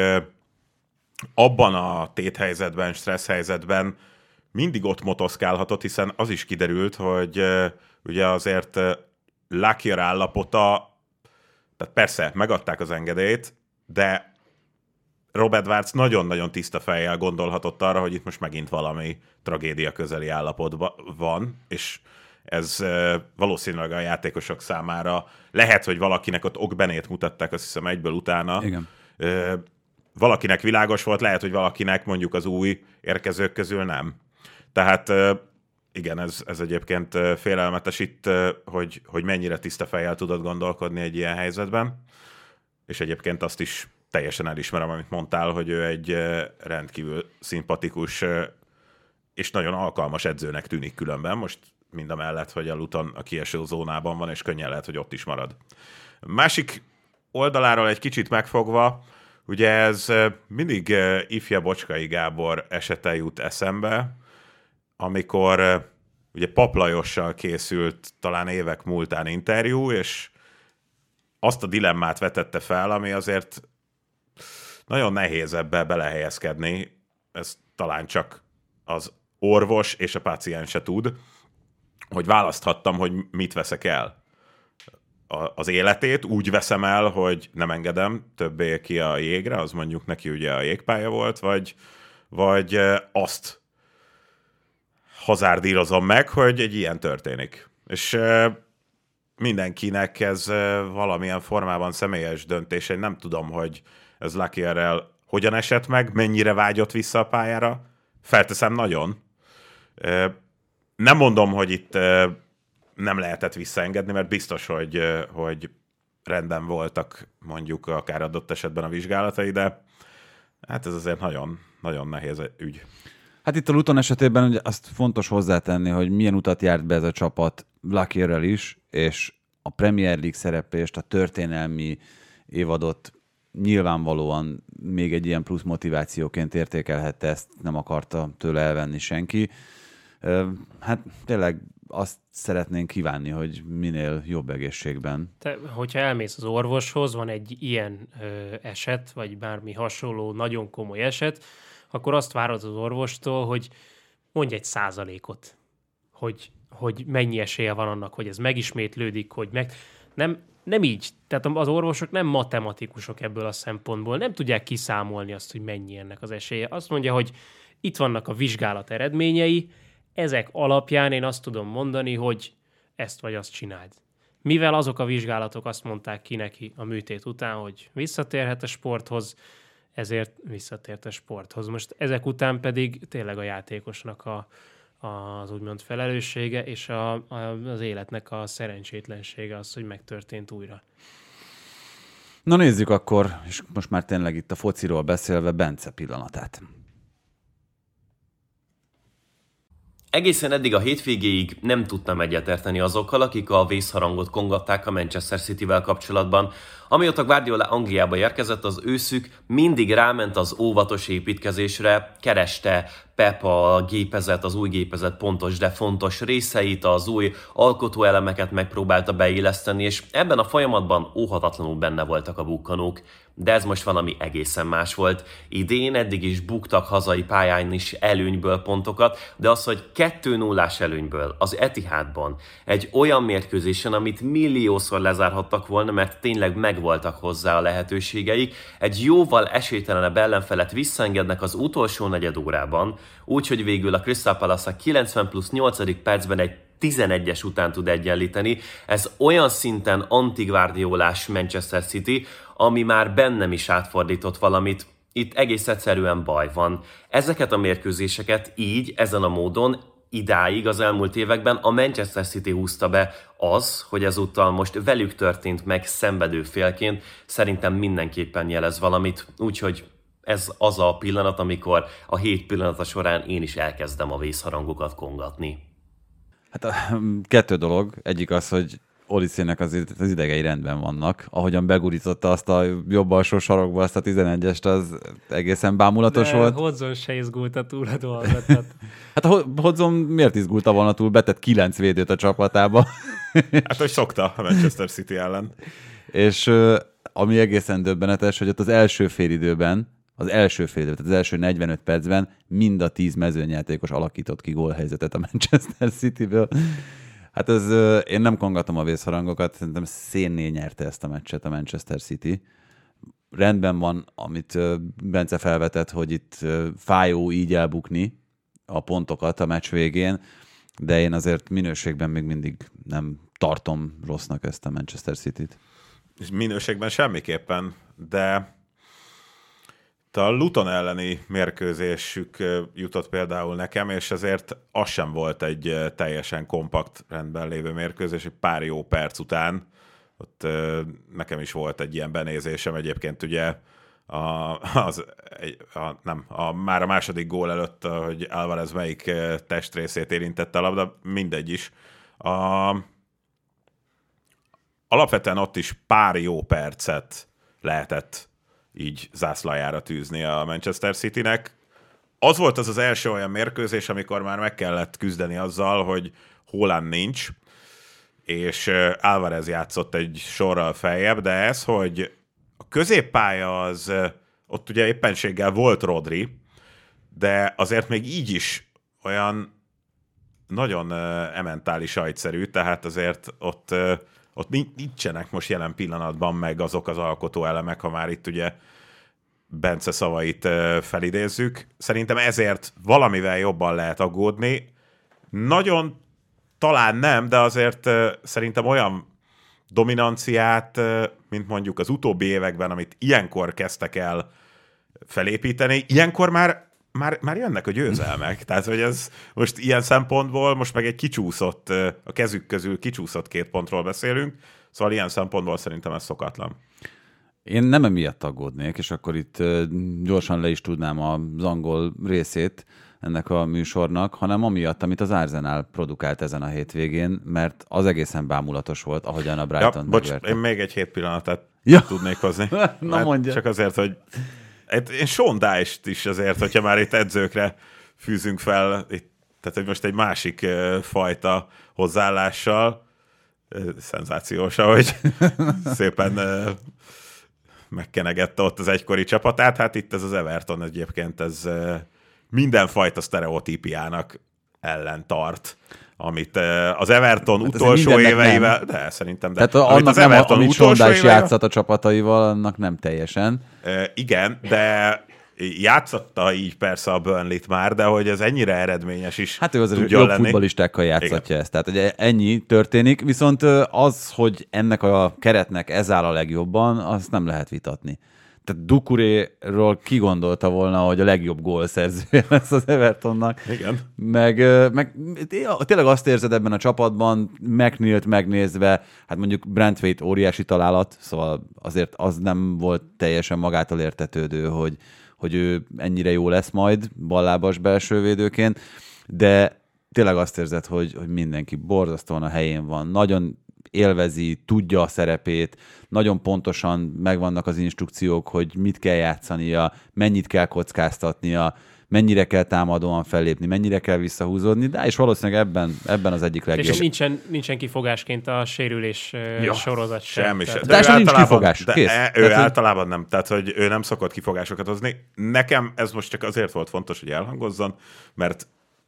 abban a téthelyzetben, stressz helyzetben mindig ott motoszkálhatott, hiszen az is kiderült, hogy ugye azért Lockyer állapota, tehát persze megadták az engedélyt, de Rob Edwards nagyon-nagyon tiszta fejjel gondolhatott arra, hogy itt most megint valami tragédia közeli állapotban van, és ez valószínűleg a játékosok számára lehet, hogy valakinek ott okbenét mutatták, azt hiszem egyből utána. Igen. Valakinek világos volt, lehet, hogy valakinek mondjuk az új érkezők közül nem. Tehát igen, ez, ez egyébként félelmetes itt, hogy, hogy mennyire tiszta fejjel tudod gondolkodni egy ilyen helyzetben. És egyébként azt is teljesen elismerem, amit mondtál, hogy ő egy rendkívül szimpatikus és nagyon alkalmas edzőnek tűnik különben. Most mind a mellett, hogy a Luton a kieső zónában van, és könnyen lehet, hogy ott is marad. Másik oldaláról egy kicsit megfogva, ugye ez mindig ifja Bocskai Gábor esete jut eszembe, amikor ugye Pap Lajossal készült talán évek múltán interjú, és azt a dilemmát vetette fel, ami azért nagyon nehéz ebbe belehelyezkedni, ez talán csak az orvos és a páciense tud, hogy választhattam, hogy mit veszek el. Az életét úgy veszem el, hogy nem engedem többé ki a jégre, az mondjuk neki ugye a jégpálya volt, vagy, vagy azt hazárdírozom meg, hogy egy ilyen történik. És mindenkinek ez valamilyen formában személyes döntés. Én nem tudom, hogy ez Lockyerrel hogyan esett meg, mennyire vágyott vissza a pályára. Felteszem nagyon. Nem mondom, hogy itt nem lehetett visszaengedni, mert biztos, hogy, hogy rendben voltak mondjuk akár adott esetben a vizsgálatai, de hát ez azért nagyon, nagyon nehéz ügy. Hát itt a Luton esetében ugye azt fontos hozzátenni, hogy milyen utat járt be ez a csapat Lockyerrel is, és a Premier League szereplést, a történelmi évadot nyilvánvalóan még egy ilyen plusz motivációként értékelhette, ezt nem akarta tőle elvenni senki. Hát tényleg azt szeretnénk kívánni, hogy minél jobb egészségben. Te, hogyha elmész az orvoshoz, van egy ilyen ö, eset, vagy bármi hasonló, nagyon komoly eset, akkor azt várod az orvostól, hogy mondj egy százalékot, hogy, hogy mennyi esélye van annak, hogy ez megismétlődik, hogy meg... Nem, nem így. Tehát az orvosok nem matematikusok ebből a szempontból. Nem tudják kiszámolni azt, hogy mennyi ennek az esélye. Azt mondja, hogy itt vannak a vizsgálat eredményei, ezek alapján én azt tudom mondani, hogy ezt vagy azt csináld. Mivel azok a vizsgálatok azt mondták ki neki a műtét után, hogy visszatérhet a sporthoz, ezért visszatért a sporthoz. Most ezek után pedig tényleg a játékosnak a, az úgymond felelőssége, és a, a, az életnek a szerencsétlensége az, hogy megtörtént újra. Na nézzük akkor, és most már tényleg itt a fociról beszélve, Bence pillanatát. Egészen eddig a hétvégéig nem tudtam egyetérteni azokkal, akik a vészharangot kongatták a Manchester Cityvel kapcsolatban. Amióta Guardiola Angliába érkezett, az őszük mindig ráment az óvatos építkezésre, kereste Pep a gépezet, az új gépezet pontos, de fontos részeit, az új alkotóelemeket megpróbálta beilleszteni, és ebben a folyamatban óhatatlanul benne voltak a bukkanók. De ez most valami egészen más volt. Idén eddig is buktak hazai pályán is előnyből pontokat, de az, hogy kettő nullás előnyből az Etihadban egy olyan mérkőzésen, amit milliószor lezárhattak volna, mert tényleg megvoltak hozzá a lehetőségeik, egy jóval esélytelenebb ellenfelet visszaengednek az utolsó negyed órában, úgyhogy végül a Crystal Palace a kilencven plusz nyolcadik percben egy tizenegyes után tud egyenlíteni. Ez olyan szinten anti-Guardiolás Manchester City, ami már bennem is átfordított valamit. Itt egész egyszerűen baj van. Ezeket a mérkőzéseket így, ezen a módon, idáig az elmúlt években a Manchester City húzta be. Az, hogy ezúttal most velük történt meg szenvedő félként, szerintem mindenképpen jelez valamit. Úgyhogy ez az a pillanat, amikor a hét pillanata során én is elkezdem a vészharangokat kongatni. Hát a kettő dolog. Egyik az, hogy Olissének az, az idegei rendben vannak. Ahogyan begurította azt a jobb alsó sarokba, azt a tizenegyest, az egészen bámulatos de volt. Hodgson se izgulta túl a dolgot. Tehát... hát a Hodgson miért izgulta volna túl? Betett kilenc védőt a csapatába. hát, hogy szokta a Manchester City ellen. És ami egészen döbbenetes, hogy ott az első félidőben, az első félidőben, tehát az első negyvenöt percben mind a tíz mezőnyjátékos alakított ki gólhelyzetet a Manchester Cityből. Hát ez, én nem kongatom a vészharangokat, szerintem szénné nyerte ezt a meccset a Manchester City. Rendben van, amit Bence felvetett, hogy itt fájó így elbukni a pontokat a meccs végén, de én azért minőségben még mindig nem tartom rossznak ezt a Manchester Cityt. Minőségben semmiképpen, de a Luton elleni mérkőzésük jutott például nekem, és ezért az sem volt egy teljesen kompakt rendben lévő mérkőzés, egy pár jó perc után. Ott nekem is volt egy ilyen benézésem, egyébként ugye a, az, a, nem, a, már a második gól előtt, hogy Alvarez melyik testrészét érintette a labda, mindegy is. A, alapvetően ott is pár jó percet lehetett így zászlajára tűzni a Manchester Citynek. Az volt az az első olyan mérkőzés, amikor már meg kellett küzdeni azzal, hogy Haaland nincs, és Alvarez játszott egy sorral feljebb, de ez, hogy a középpálya az, ott ugye éppenséggel volt Rodri, de azért még így is olyan nagyon ementális sajtszerű, tehát azért ott ott nincsenek most jelen pillanatban meg azok az alkotó elemek, ha már itt ugye Bence szavait felidézzük. Szerintem ezért valamivel jobban lehet aggódni. Nagyon talán nem, de azért szerintem olyan dominanciát, mint mondjuk az utóbbi években, amit ilyenkor kezdtek el felépíteni, ilyenkor már Már, már jönnek a győzelmek. Tehát, hogy ez most ilyen szempontból, most meg egy kicsúszott, a kezük közül kicsúszott két pontról beszélünk, szóval ilyen szempontból szerintem ez szokatlan. Én nem emiatt aggódnék, és akkor itt gyorsan le is tudnám az angol részét ennek a műsornak, hanem amiatt, amit az Arsenal produkált ezen a hétvégén, mert az egészen bámulatos volt, ahogyan a Brighton ja, bocs, megverte. én még egy hét pillanatát ja. tudnék hozni. Na mondja. Csak azért, hogy én Sean Dyche-t is azért, hogyha már itt edzőkre fűzünk fel, itt, tehát hogy most egy másik uh, fajta hozzáállással, uh, szenzációs, ahogy szépen uh, megkenegette ott az egykori csapatát, hát itt ez az Everton egyébként ez uh, mindenfajta sztereotípiának ellen tart, amit uh, az Everton hát utolsó éveivel, nem. de szerintem, de tehát amit az nem, Everton amit utolsó éveivel játszott a csapataival, annak nem teljesen. Uh, igen, de játszotta így persze a Burnley-t már, de hogy ez ennyire eredményes is hát ő az tudja jobb lenni. futballistákkal játszatja ezt. Tehát ugye ennyi történik, viszont az, hogy ennek a keretnek ez áll a legjobban, azt nem lehet vitatni. Tehát Doucouréról ki gondolta volna, hogy a legjobb gólszerzője lesz az Evertonnak. Igen. Meg, meg tényleg azt érzed ebben a csapatban, McNeilt megnézve, hát mondjuk Branthwaite óriási találat, szóval azért az nem volt teljesen magától értetődő, hogy, hogy ő ennyire jó lesz majd ballábas belsővédőként, de tényleg azt érzed, hogy, hogy mindenki borzasztóan a helyén van. Nagyon élvezi, tudja a szerepét, nagyon pontosan megvannak az instrukciók, hogy mit kell játszania, mennyit kell kockáztatnia, mennyire kell támadóan fellépni, mennyire kell visszahúzódni, de és valószínűleg ebben, ebben az egyik legjobb. És nincsen, nincsen kifogásként a sérülés ja, sorozat sem. Semmi sem. De, de nincs kifogás. De Kész. ő Tehát, általában nem. Tehát, hogy ő nem szokott kifogásokat hozni. Nekem ez most csak azért volt fontos, hogy elhangozzon, mert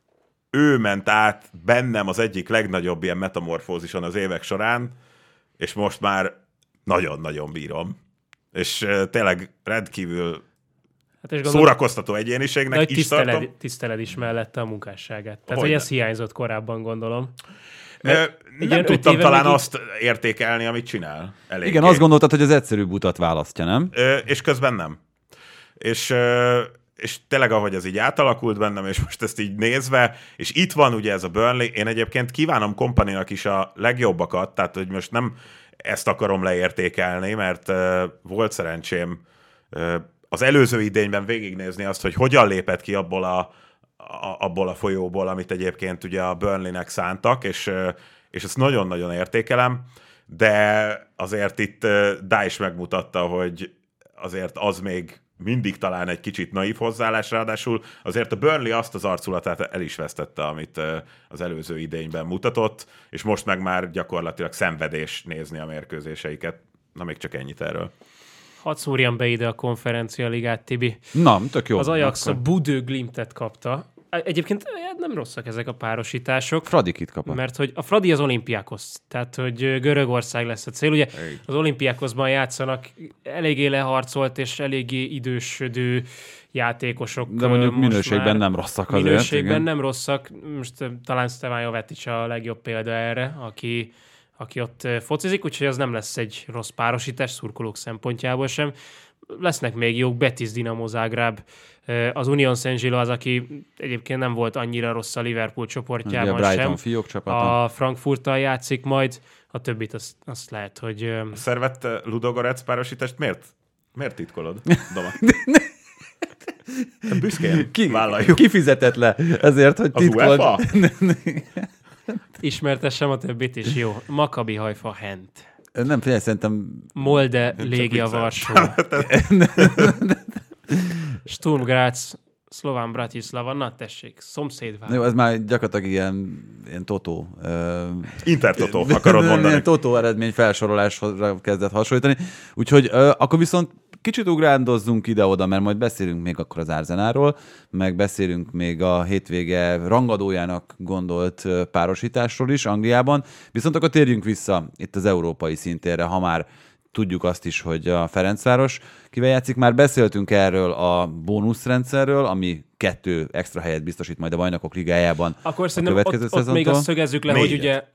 ő ment át bennem az egyik legnagyobb ilyen metamorfózison az évek során, és most már nagyon-nagyon bírom. És uh, tényleg rendkívül hát és gondolom, szórakoztató egyéniségnek is tiszteled, tartom. Tiszteled is mellette a munkásságát. Tehát, hogy hogy ez hiányzott korábban, gondolom. Mert nem tudtam talán azt értékelni, amit csinál. Eléggé. Igen, azt gondoltad, hogy az egyszerűbb utat választja, nem? Ö, és közben nem. És, és tényleg, ahogy ez így átalakult bennem, és most ezt így nézve, és itt van ugye ez a Burnley, én egyébként kívánom Kompanynak is a legjobbakat, tehát hogy most nem ezt akarom leértékelni, mert uh, volt szerencsém uh, az előző idényben végignézni azt, hogy hogyan lépett ki abból a, a, abból a folyóból, amit egyébként ugye a Burnleynek szántak, és, uh, és ezt nagyon-nagyon értékelem, de azért itt uh, Dyche megmutatta, hogy azért az még mindig talán egy kicsit naív hozzáállás, ráadásul azért a Burnley azt az arculatát el is vesztette, amit az előző idényben mutatott, és most meg már gyakorlatilag szenvedés nézni a mérkőzéseiket. Na, még csak ennyit erről. Hadd szúrjam be ide a konferencia ligát, Tibi. Na, tök jó. Az Ajax akkor a Budő Glimtet kapta. Egyébként nem rosszak ezek a párosítások. Fradikit kapott. Mert hogy a Fradi az Olympiákos, tehát hogy Görögország lesz a cél. Ugye az Olympiákosban játszanak eléggé leharcolt és eléggé idősödő játékosok. De mondjuk minőségben nem rosszak azért. Minőségben igen. nem rosszak. Most talán Stevan Jovetic a legjobb példa erre, aki, aki ott focizik, úgyhogy az nem lesz egy rossz párosítás szurkolók szempontjából sem. Lesznek még jók, Betis, Dinamo Zágráb, az Union Saint-Gilloise az, aki egyébként nem volt annyira rossz a Liverpool csoportjában a sem. Fiók csapata. A Frankfurttal játszik majd, a többit azt, azt lehet, hogy... A szervett Ludogorec párosítást miért? Miért titkolod, Doma? Büszkén Ki, vállaljuk. Ki fizetett le ezért, hogy titkold? Az u e f á? Ismertessem a többit is, jó. Maccabi Haifa Hent. Nem, figyelj, szerintem... Molde, Légia Varsó. Sturm Graz, Szlován Bratislava, na tessék, szomszédváros. Jó, ez már gyakorlatilag ilyen, ilyen totó. Uh, Intertotó, akarod mondani. Ilyen totó eredmény felsorolásra kezdett hasonlítani. Úgyhogy uh, akkor viszont kicsit ugrándozzunk ide-oda, mert majd beszélünk még akkor az Arsenalról, meg beszélünk még a hétvége rangadójának gondolt párosításról is Angliában. Viszont akkor térjünk vissza itt az európai szintérre, ha már tudjuk azt is, hogy a Ferencváros kivel játszik. Már beszéltünk erről a bónuszrendszerről, ami kettő extra helyet biztosít majd a Bajnokok Ligájában. Akkor szerintem ott, ott még azt szögezzük le, négyet. Hogy ugye...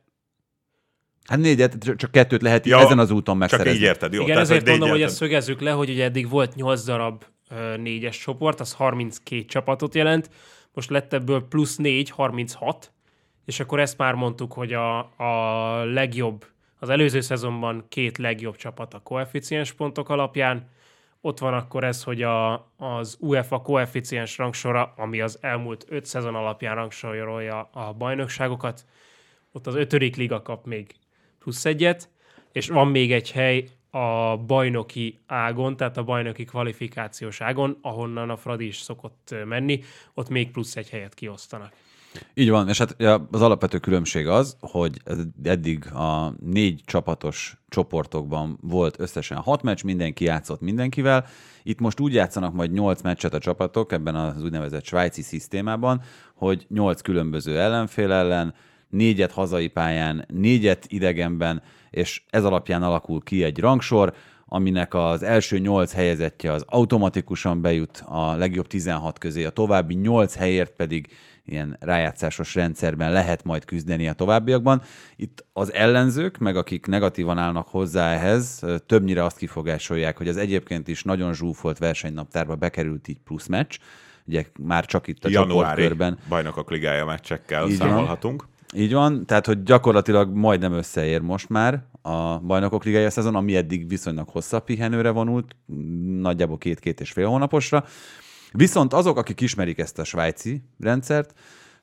Hát négyet, csak kettőt lehet ja, ezen az úton megszerezni. Csak így érted, jó. Igen, tehát, ezért mondom, hogy ezt szögezzük le, hogy ugye eddig volt nyolc darab uh, négyes csoport, az harminckét csapatot jelent, most lett ebből plusz négy, harminchat, és akkor ezt már mondtuk, hogy a, a legjobb, az előző szezonban két legjobb csapat a koeficiens pontok alapján. Ott van akkor ez, hogy a, az UEFA koeficiens rangsora, ami az elmúlt öt szezon alapján rangsorolja a bajnokságokat, ott az ötödik liga kap még plusz egyet, és van még egy hely a bajnoki ágon, tehát a bajnoki kvalifikációs ágon, ahonnan a Fradi is szokott menni, ott még plusz egy helyet kiosztanak. Így van, és hát az alapvető különbség az, hogy eddig a négy csapatos csoportokban volt összesen hat meccs, mindenki játszott mindenkivel. Itt most úgy játszanak majd nyolc meccset a csapatok ebben az úgynevezett svájci szisztémában, hogy nyolc különböző ellenfél ellen, négyet hazai pályán, négyet idegenben, és ez alapján alakul ki egy rangsor, aminek az első nyolc helyezettje az automatikusan bejut a legjobb tizenhat közé, a további nyolc helyért pedig ilyen rájátszásos rendszerben lehet majd küzdeni a továbbiakban. Itt az ellenzők, meg akik negatívan állnak hozzá ehhez, többnyire azt kifogásolják, hogy az egyébként is nagyon zsúfolt versenynaptárba bekerült így plusz meccs, ugye már csak itt a csoportkörben. Bajnokok Ligája meccsekkel így számolhatunk. Van. Így van, tehát hogy gyakorlatilag majdnem összeér most már a Bajnokok Ligája szezon, ami eddig viszonylag hosszabb pihenőre vonult, nagyjából két-két és fél hónaposra. Viszont azok, akik ismerik ezt a svájci rendszert,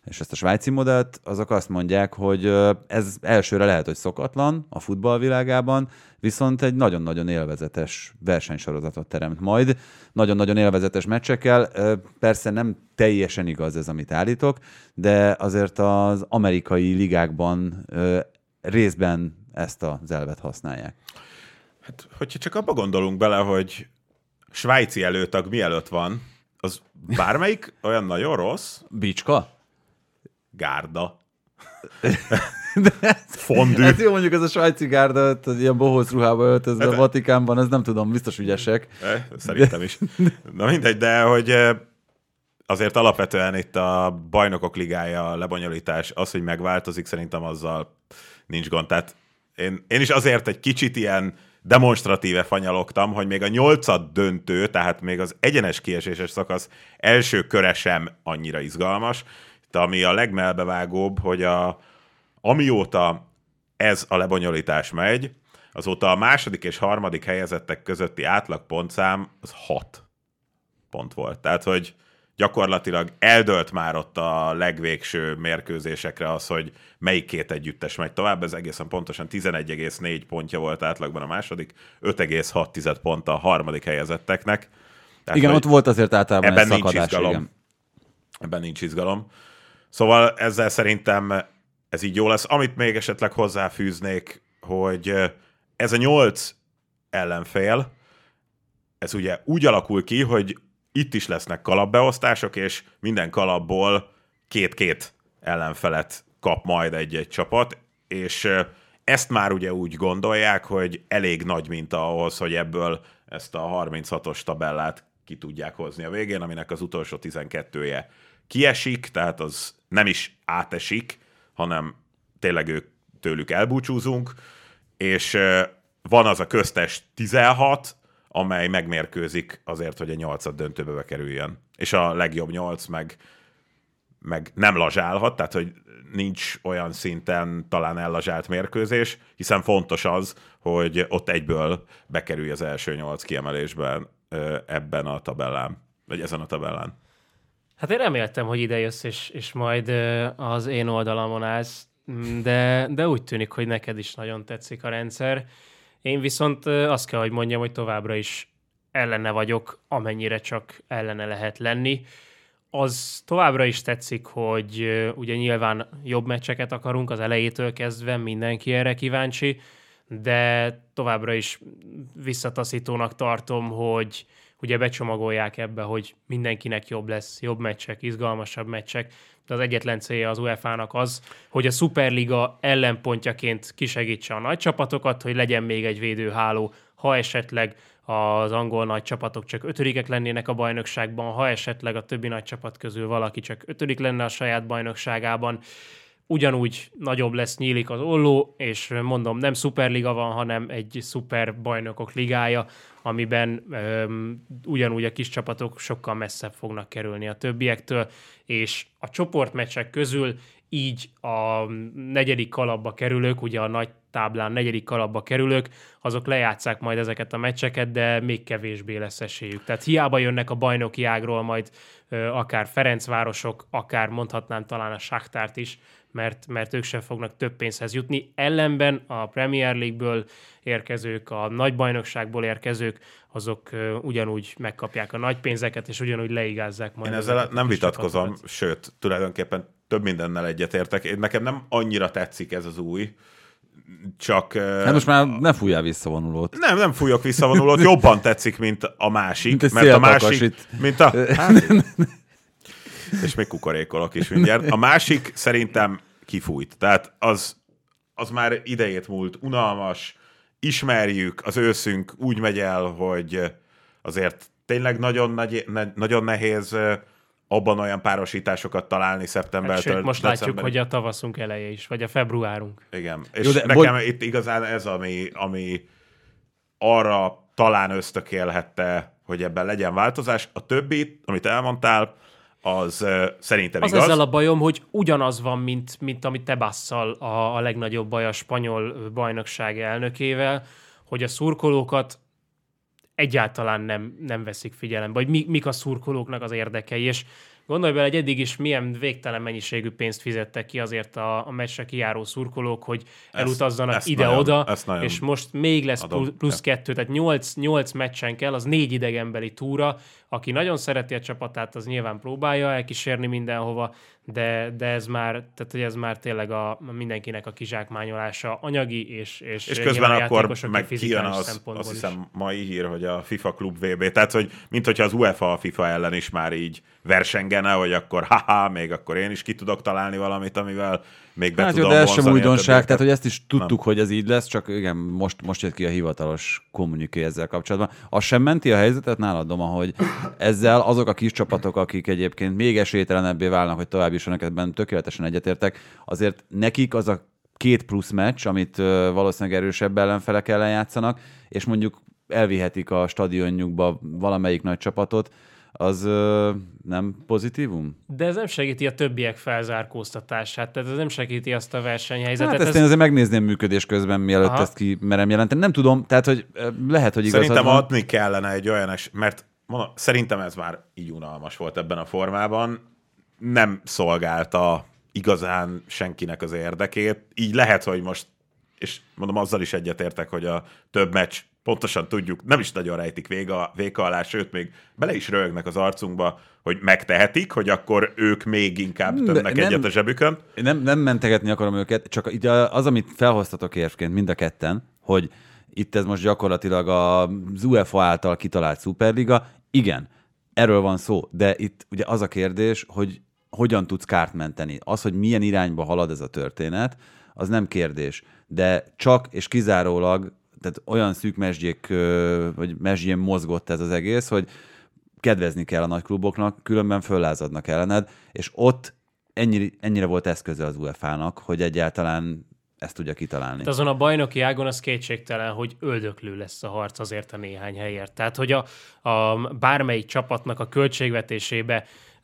és ezt a svájci modellt, azok azt mondják, hogy ez elsőre lehet, hogy szokatlan a futballvilágában, viszont egy nagyon-nagyon élvezetes versenysorozatot teremt majd, nagyon-nagyon élvezetes meccsekkel. Persze nem teljesen igaz ez, amit állítok, de azért az amerikai ligákban részben ezt az elvet használják. Hát, hogyha csak abba gondolunk bele, hogy svájci előtag mielőtt van, az bármelyik olyan nagyon rossz? Bicska? Gárda. Fondű. Hát jó, mondjuk ez a svájci gárda, ilyen bohóc ruhába öltözve hát, a Vatikánban, ez nem tudom, biztos ügyesek. Szerintem is. Na mindegy, de hogy azért alapvetően itt a Bajnokok Ligája a lebonyolítás, az, hogy megváltozik, szerintem azzal nincs gond. Tehát én, én is azért egy kicsit ilyen demonstratíve fanyalogtam, hogy még a nyolcad döntő, tehát még az egyenes kieséses szakasz első köre sem annyira izgalmas, de ami a legmelbevágóbb, hogy a, amióta ez a lebonyolítás megy, azóta a második és harmadik helyezettek közötti átlagpontszám az hat pont volt. Tehát, hogy gyakorlatilag eldőlt már ott a legvégső mérkőzésekre az, hogy melyik két együttes megy tovább. Ez egészen pontosan tizenegy egész négy pontja volt átlagban a második, öt egész hat pont a harmadik helyezetteknek. Tehát, igen, ott volt azért általában ebben egy szakadás. Nincs izgalom. Igen. Ebben nincs izgalom. Szóval ezzel szerintem ez így jó lesz. Amit még esetleg hozzáfűznék, hogy ez a nyolc ellenfél, ez ugye úgy alakul ki, hogy itt is lesznek kalapbeosztások, és minden kalapból két-két ellenfelet kap majd egy-egy csapat, és ezt már ugye úgy gondolják, hogy elég nagy minta ahhoz, hogy ebből ezt a harminchatos tabellát ki tudják hozni a végén, aminek az utolsó tizenkettője kiesik, tehát az nem is átesik, hanem tényleg ők tőlük elbúcsúzunk, és van az a köztes tizenhat, amely megmérkőzik azért, hogy a nyolcad döntőbe bekerüljön. És a legjobb nyolc meg, meg nem lazsálhat, tehát hogy nincs olyan szinten talán ellazsált mérkőzés, hiszen fontos az, hogy ott egyből bekerülj az első nyolc kiemelésben ebben a tabellán, vagy ezen a tabellán. Hát én reméltem, hogy ide jössz, és, és majd az én oldalamon állsz, de, de úgy tűnik, hogy neked is nagyon tetszik a rendszer. Én viszont azt kell, hogy mondjam, hogy továbbra is ellene vagyok, amennyire csak ellene lehet lenni. Az továbbra is tetszik, hogy ugye nyilván jobb meccseket akarunk az elejétől kezdve, mindenki erre kíváncsi, de továbbra is visszataszítónak tartom, hogy ugye becsomagolják ebbe, hogy mindenkinek jobb lesz, jobb meccsek, izgalmasabb meccsek, de az egyetlen célja az u e fának az, hogy a Superliga ellenpontjaként kisegítse a nagy csapatokat, hogy legyen még egy védőháló, ha esetleg az angol nagy csapatok csak ötödikek lennének a bajnokságban, ha esetleg a többi nagy csapat közül valaki csak ötödik lenne a saját bajnokságában, ugyanúgy nagyobb lesz, nyílik az olló, és mondom, nem szuperliga van, hanem egy szuper bajnokok ligája, amiben öm, ugyanúgy a kis csapatok sokkal messzebb fognak kerülni a többiektől, és a csoportmeccsek közül így a negyedik kalapba kerülők, ugye a nagy táblán negyedik kalapba kerülők, azok lejátsszák majd ezeket a meccseket, de még kevésbé lesz esélyük. Tehát hiába jönnek a bajnoki ágról majd ö, akár Ferencvárosok, akár mondhatnám talán a Saktárt is, mert, mert ők sem fognak több pénzhez jutni. Ellenben a Premier League-ből érkezők, a nagy bajnokságból érkezők, azok ö, ugyanúgy megkapják a nagy pénzeket, és ugyanúgy leigázzák majd. Én ezzel nem vitatkozom, csapatokat. Sőt, tulajdonképpen több mindennel egyetértek. Én nekem nem annyira tetszik ez az új, csak... Hát most már ne fújjál visszavonulót. Nem, nem fújok visszavonulót, jobban tetszik, mint a másik. Mint mert a másik... Itt. Mint a... Hát, és még kukorékolok is mindjárt. A másik szerintem kifújt. Tehát az, az már idejét múlt, unalmas, ismerjük, az őszünk úgy megy el, hogy azért tényleg nagyon, nagy, ne, nagyon nehéz abban olyan párosításokat találni szeptembertől. Hát, most december... látjuk, hogy a tavaszunk eleje is, vagy a februárunk. Igen, és Jó, nekem boly... itt igazán ez, ami, ami arra talán ösztökélhette, hogy ebben legyen változás. A többi, amit elmondtál, az uh, szerintem az igaz. Az ezzel a bajom, hogy ugyanaz van, mint, mint amit te basszal a, a legnagyobb baj a spanyol bajnokság elnökével, hogy a szurkolókat egyáltalán nem, nem veszik figyelembe, vagy mi, mik a szurkolóknak az érdekei, és Gondolj bele, hogy eddig is milyen végtelen mennyiségű pénzt fizettek ki azért a, a meccsre kijáró szurkolók, hogy elutazzanak ide-oda, és most még lesz adom. plusz kettő, tehát nyolc, nyolc meccsen kell, az négy idegenbeli túra. Aki nagyon szereti a csapatát, az nyilván próbálja elkísérni mindenhova, de, de ez már, tehát hogy ez már tényleg a, mindenkinek a kizsákmányolása anyagi, és és, és közben akkor meg kijön az, azt hiszem mai hír, hogy a FIFA Klub vé bé, tehát hogy mint hogyha az UEFA a FIFA ellen is már így versengene, hogy akkor haha, még akkor én is ki tudok találni valamit, amivel még be hát tudom jó, de ez sem újdonság, többieket. tehát hogy ezt is tudtuk, nem. hogy ez így lesz, csak igen, most, most jött ki a hivatalos kommuniké ezzel kapcsolatban. Az sem menti a helyzetet nálad, Doma, hogy ezzel azok a kis csapatok, akik egyébként még esélytelenebbé válnak, hogy tovább jussanak, ebben tökéletesen egyetértek, azért nekik az a két plusz meccs, amit valószínűleg erősebb ellenfelek ellen játszanak, és mondjuk elvihetik a stadionjukba valamelyik nagy csapatot, az ö, nem pozitívum? De ez nem segíti a többiek felzárkóztatását, tehát ez nem segíti azt a versenyhelyzetet. Hát ezt ez... én azért megnézném működés közben, mielőtt Aha. ezt ki merem jelenteni. Nem tudom, tehát hogy lehet, hogy igazad Szerintem van. adni kellene egy olyan, es- mert mondom, szerintem ez már így unalmas volt ebben a formában. Nem szolgálta igazán senkinek az érdekét. Így lehet, hogy most, és mondom, azzal is egyetértek, hogy a több meccs pontosan tudjuk, nem is nagyon rejtik véga, véka alá, sőt, még bele is röhögnek az arcunkba, hogy megtehetik, hogy akkor ők még inkább többnek nem, egyet a zsebükön. Nem, nem mentegetni akarom őket, csak itt az, amit felhoztatok érvként mind a ketten, hogy itt ez most gyakorlatilag az UEFA által kitalált szuperliga. Igen, erről van szó, de itt ugye az a kérdés, hogy hogyan tudsz kárt menteni. Az, hogy milyen irányba halad ez a történet, az nem kérdés. De csak és kizárólag tehát olyan szűk mesdjék, vagy mesdjén mozgott ez az egész, hogy kedvezni kell a nagykluboknak, különben föllázadnak ellened, és ott ennyire, ennyire volt eszköze az u ef á-nak, hogy egyáltalán ezt tudja kitalálni. De azon a bajnoki ágon az kétségtelen, hogy öldöklő lesz a harc azért a néhány helyért. Tehát, hogy a, a bármelyik csapatnak a költségvetésébe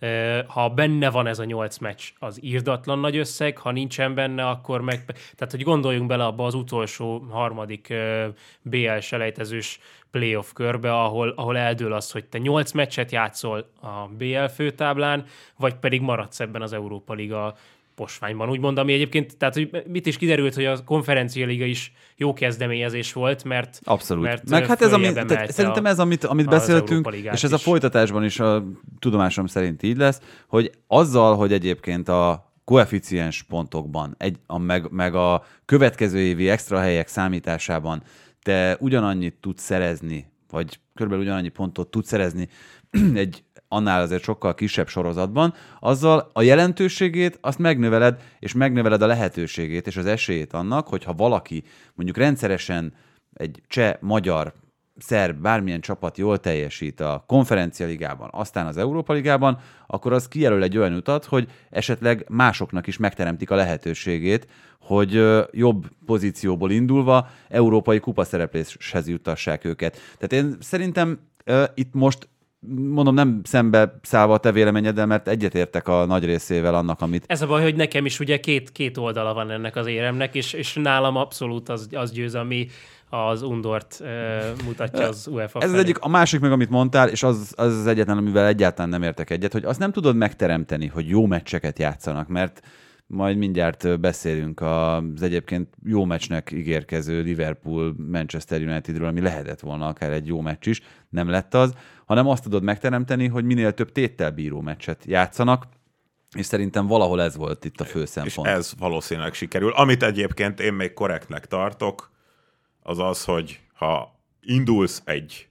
ha benne van ez a nyolc meccs, az írdatlan nagy összeg, ha nincsen benne, akkor meg... Tehát, hogy gondoljunk bele abba az utolsó harmadik bé el selejtezős playoff körbe, ahol, ahol eldől az, hogy te nyolc meccset játszol a bé el főtáblán, vagy pedig maradsz ebben az Európa Liga posványban, úgymond, ami egyébként, tehát hogy mit is kiderült, hogy a konferencia liga is jó kezdeményezés volt, mert abszolút. Mert meg hát ez, ami, tehát szerintem ez, amit, amit beszéltünk, és ez is. A folytatásban is a tudomásom szerint így lesz, hogy azzal, hogy egyébként a koeficiens pontokban, egy, a, meg, meg a következő évi extra helyek számításában te ugyanannyit tudsz szerezni, vagy körülbelül ugyanannyi pontot tudsz szerezni egy annál azért sokkal kisebb sorozatban, azzal a jelentőségét azt megnöveled, és megnöveled a lehetőségét és az esélyét annak, hogyha valaki mondjuk rendszeresen egy cseh, magyar, szerb, bármilyen csapat jól teljesít a konferencia ligában, aztán az Európa ligában, akkor az kijelöl egy olyan utat, hogy esetleg másoknak is megteremtik a lehetőségét, hogy jobb pozícióból indulva európai kupaszerepléshez juttassák őket. Tehát én szerintem uh, itt most mondom, nem szembe szállva a te véleményeddel, mert egyetértek a nagy részével annak, amit... Ez a baj, hogy nekem is ugye két, két oldala van ennek az éremnek, és, és nálam abszolút az, az győz, ami az undort e, mutatja az UEFA Ez felé. Az egyik, a másik meg, amit mondtál, és az, az az egyetlen, amivel egyáltalán nem értek egyet, hogy azt nem tudod megteremteni, hogy jó meccseket játszanak, mert majd mindjárt beszélünk az egyébként jó meccsnek ígérkező Liverpool-Manchester Unitedről, ami lehetett volna akár egy jó meccs is, nem lett az, hanem azt tudod megteremteni, hogy minél több téttel bíró meccset játszanak, és szerintem valahol ez volt itt a fő szempont. És ez valószínűleg sikerül. Amit egyébként én még korrektnek tartok, az az, hogy ha indulsz egy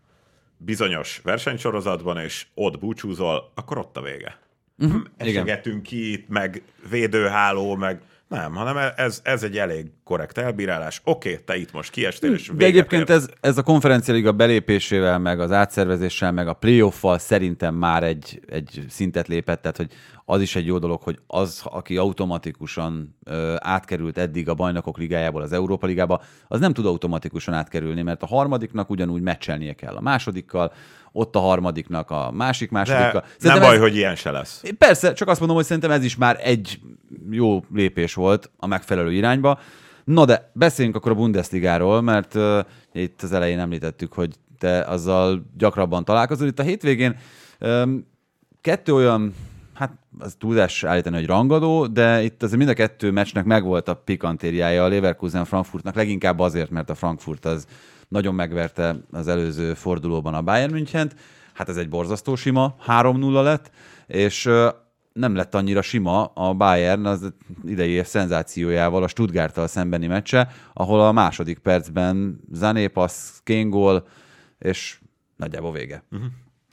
bizonyos versenysorozatban, és ott búcsúzol, akkor ott a vége. Uh-huh. Esegetünk ki itt, meg védőháló, meg nem, hanem ez, ez egy elég korrekt elbírálás. Oké, okay, te itt most kiestél, és véget De egyébként ez, ez a konferencialiga belépésével, meg az átszervezéssel, meg a playoffal szerintem már egy, egy szintet lépett, tehát hogy az is egy jó dolog, hogy az, aki automatikusan ö, átkerült eddig a Bajnokok Ligájából az Európa Ligába, az nem tud automatikusan átkerülni, mert a harmadiknak ugyanúgy meccselnie kell a másodikkal, ott a harmadiknak a másik másodikkal. De nem baj, ez... hogy ilyen se lesz. Persze, csak azt mondom, hogy szerintem ez is már egy jó lépés volt a megfelelő irányba. Na de beszéljünk akkor a Bundesligáról, mert uh, itt az elején említettük, hogy te azzal gyakrabban találkozol. Itt a hétvégén um, kettő olyan, hát az túlzás állítani, hogy rangadó, de itt azért mind a kettő meccsnek megvolt a pikantériája a Leverkusen Frankfurtnak, leginkább azért, mert a Frankfurt az nagyon megverte az előző fordulóban a Bayern Münchent. Hát ez egy borzasztó sima, három nulla lett, és nem lett annyira sima a Bayern az idei év szenzációjával a Stuttgarttal szembeni meccse, ahol a második percben Sané passz, Kane gól, és nagyjából vége. Uh-huh.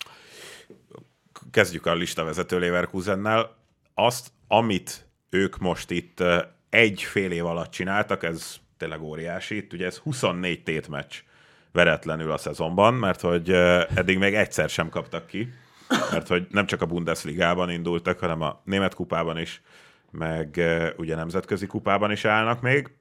Kezdjük a listavezető Leverkusennel. Azt, amit ők most itt egy fél év alatt csináltak, ez tényleg óriási. Itt ugye ez huszonnégy tétmeccs veretlenül a szezonban, mert hogy eddig még egyszer sem kaptak ki, mert hogy nem csak a Bundesligában indultak, hanem a német kupában is, meg ugye nemzetközi kupában is állnak még.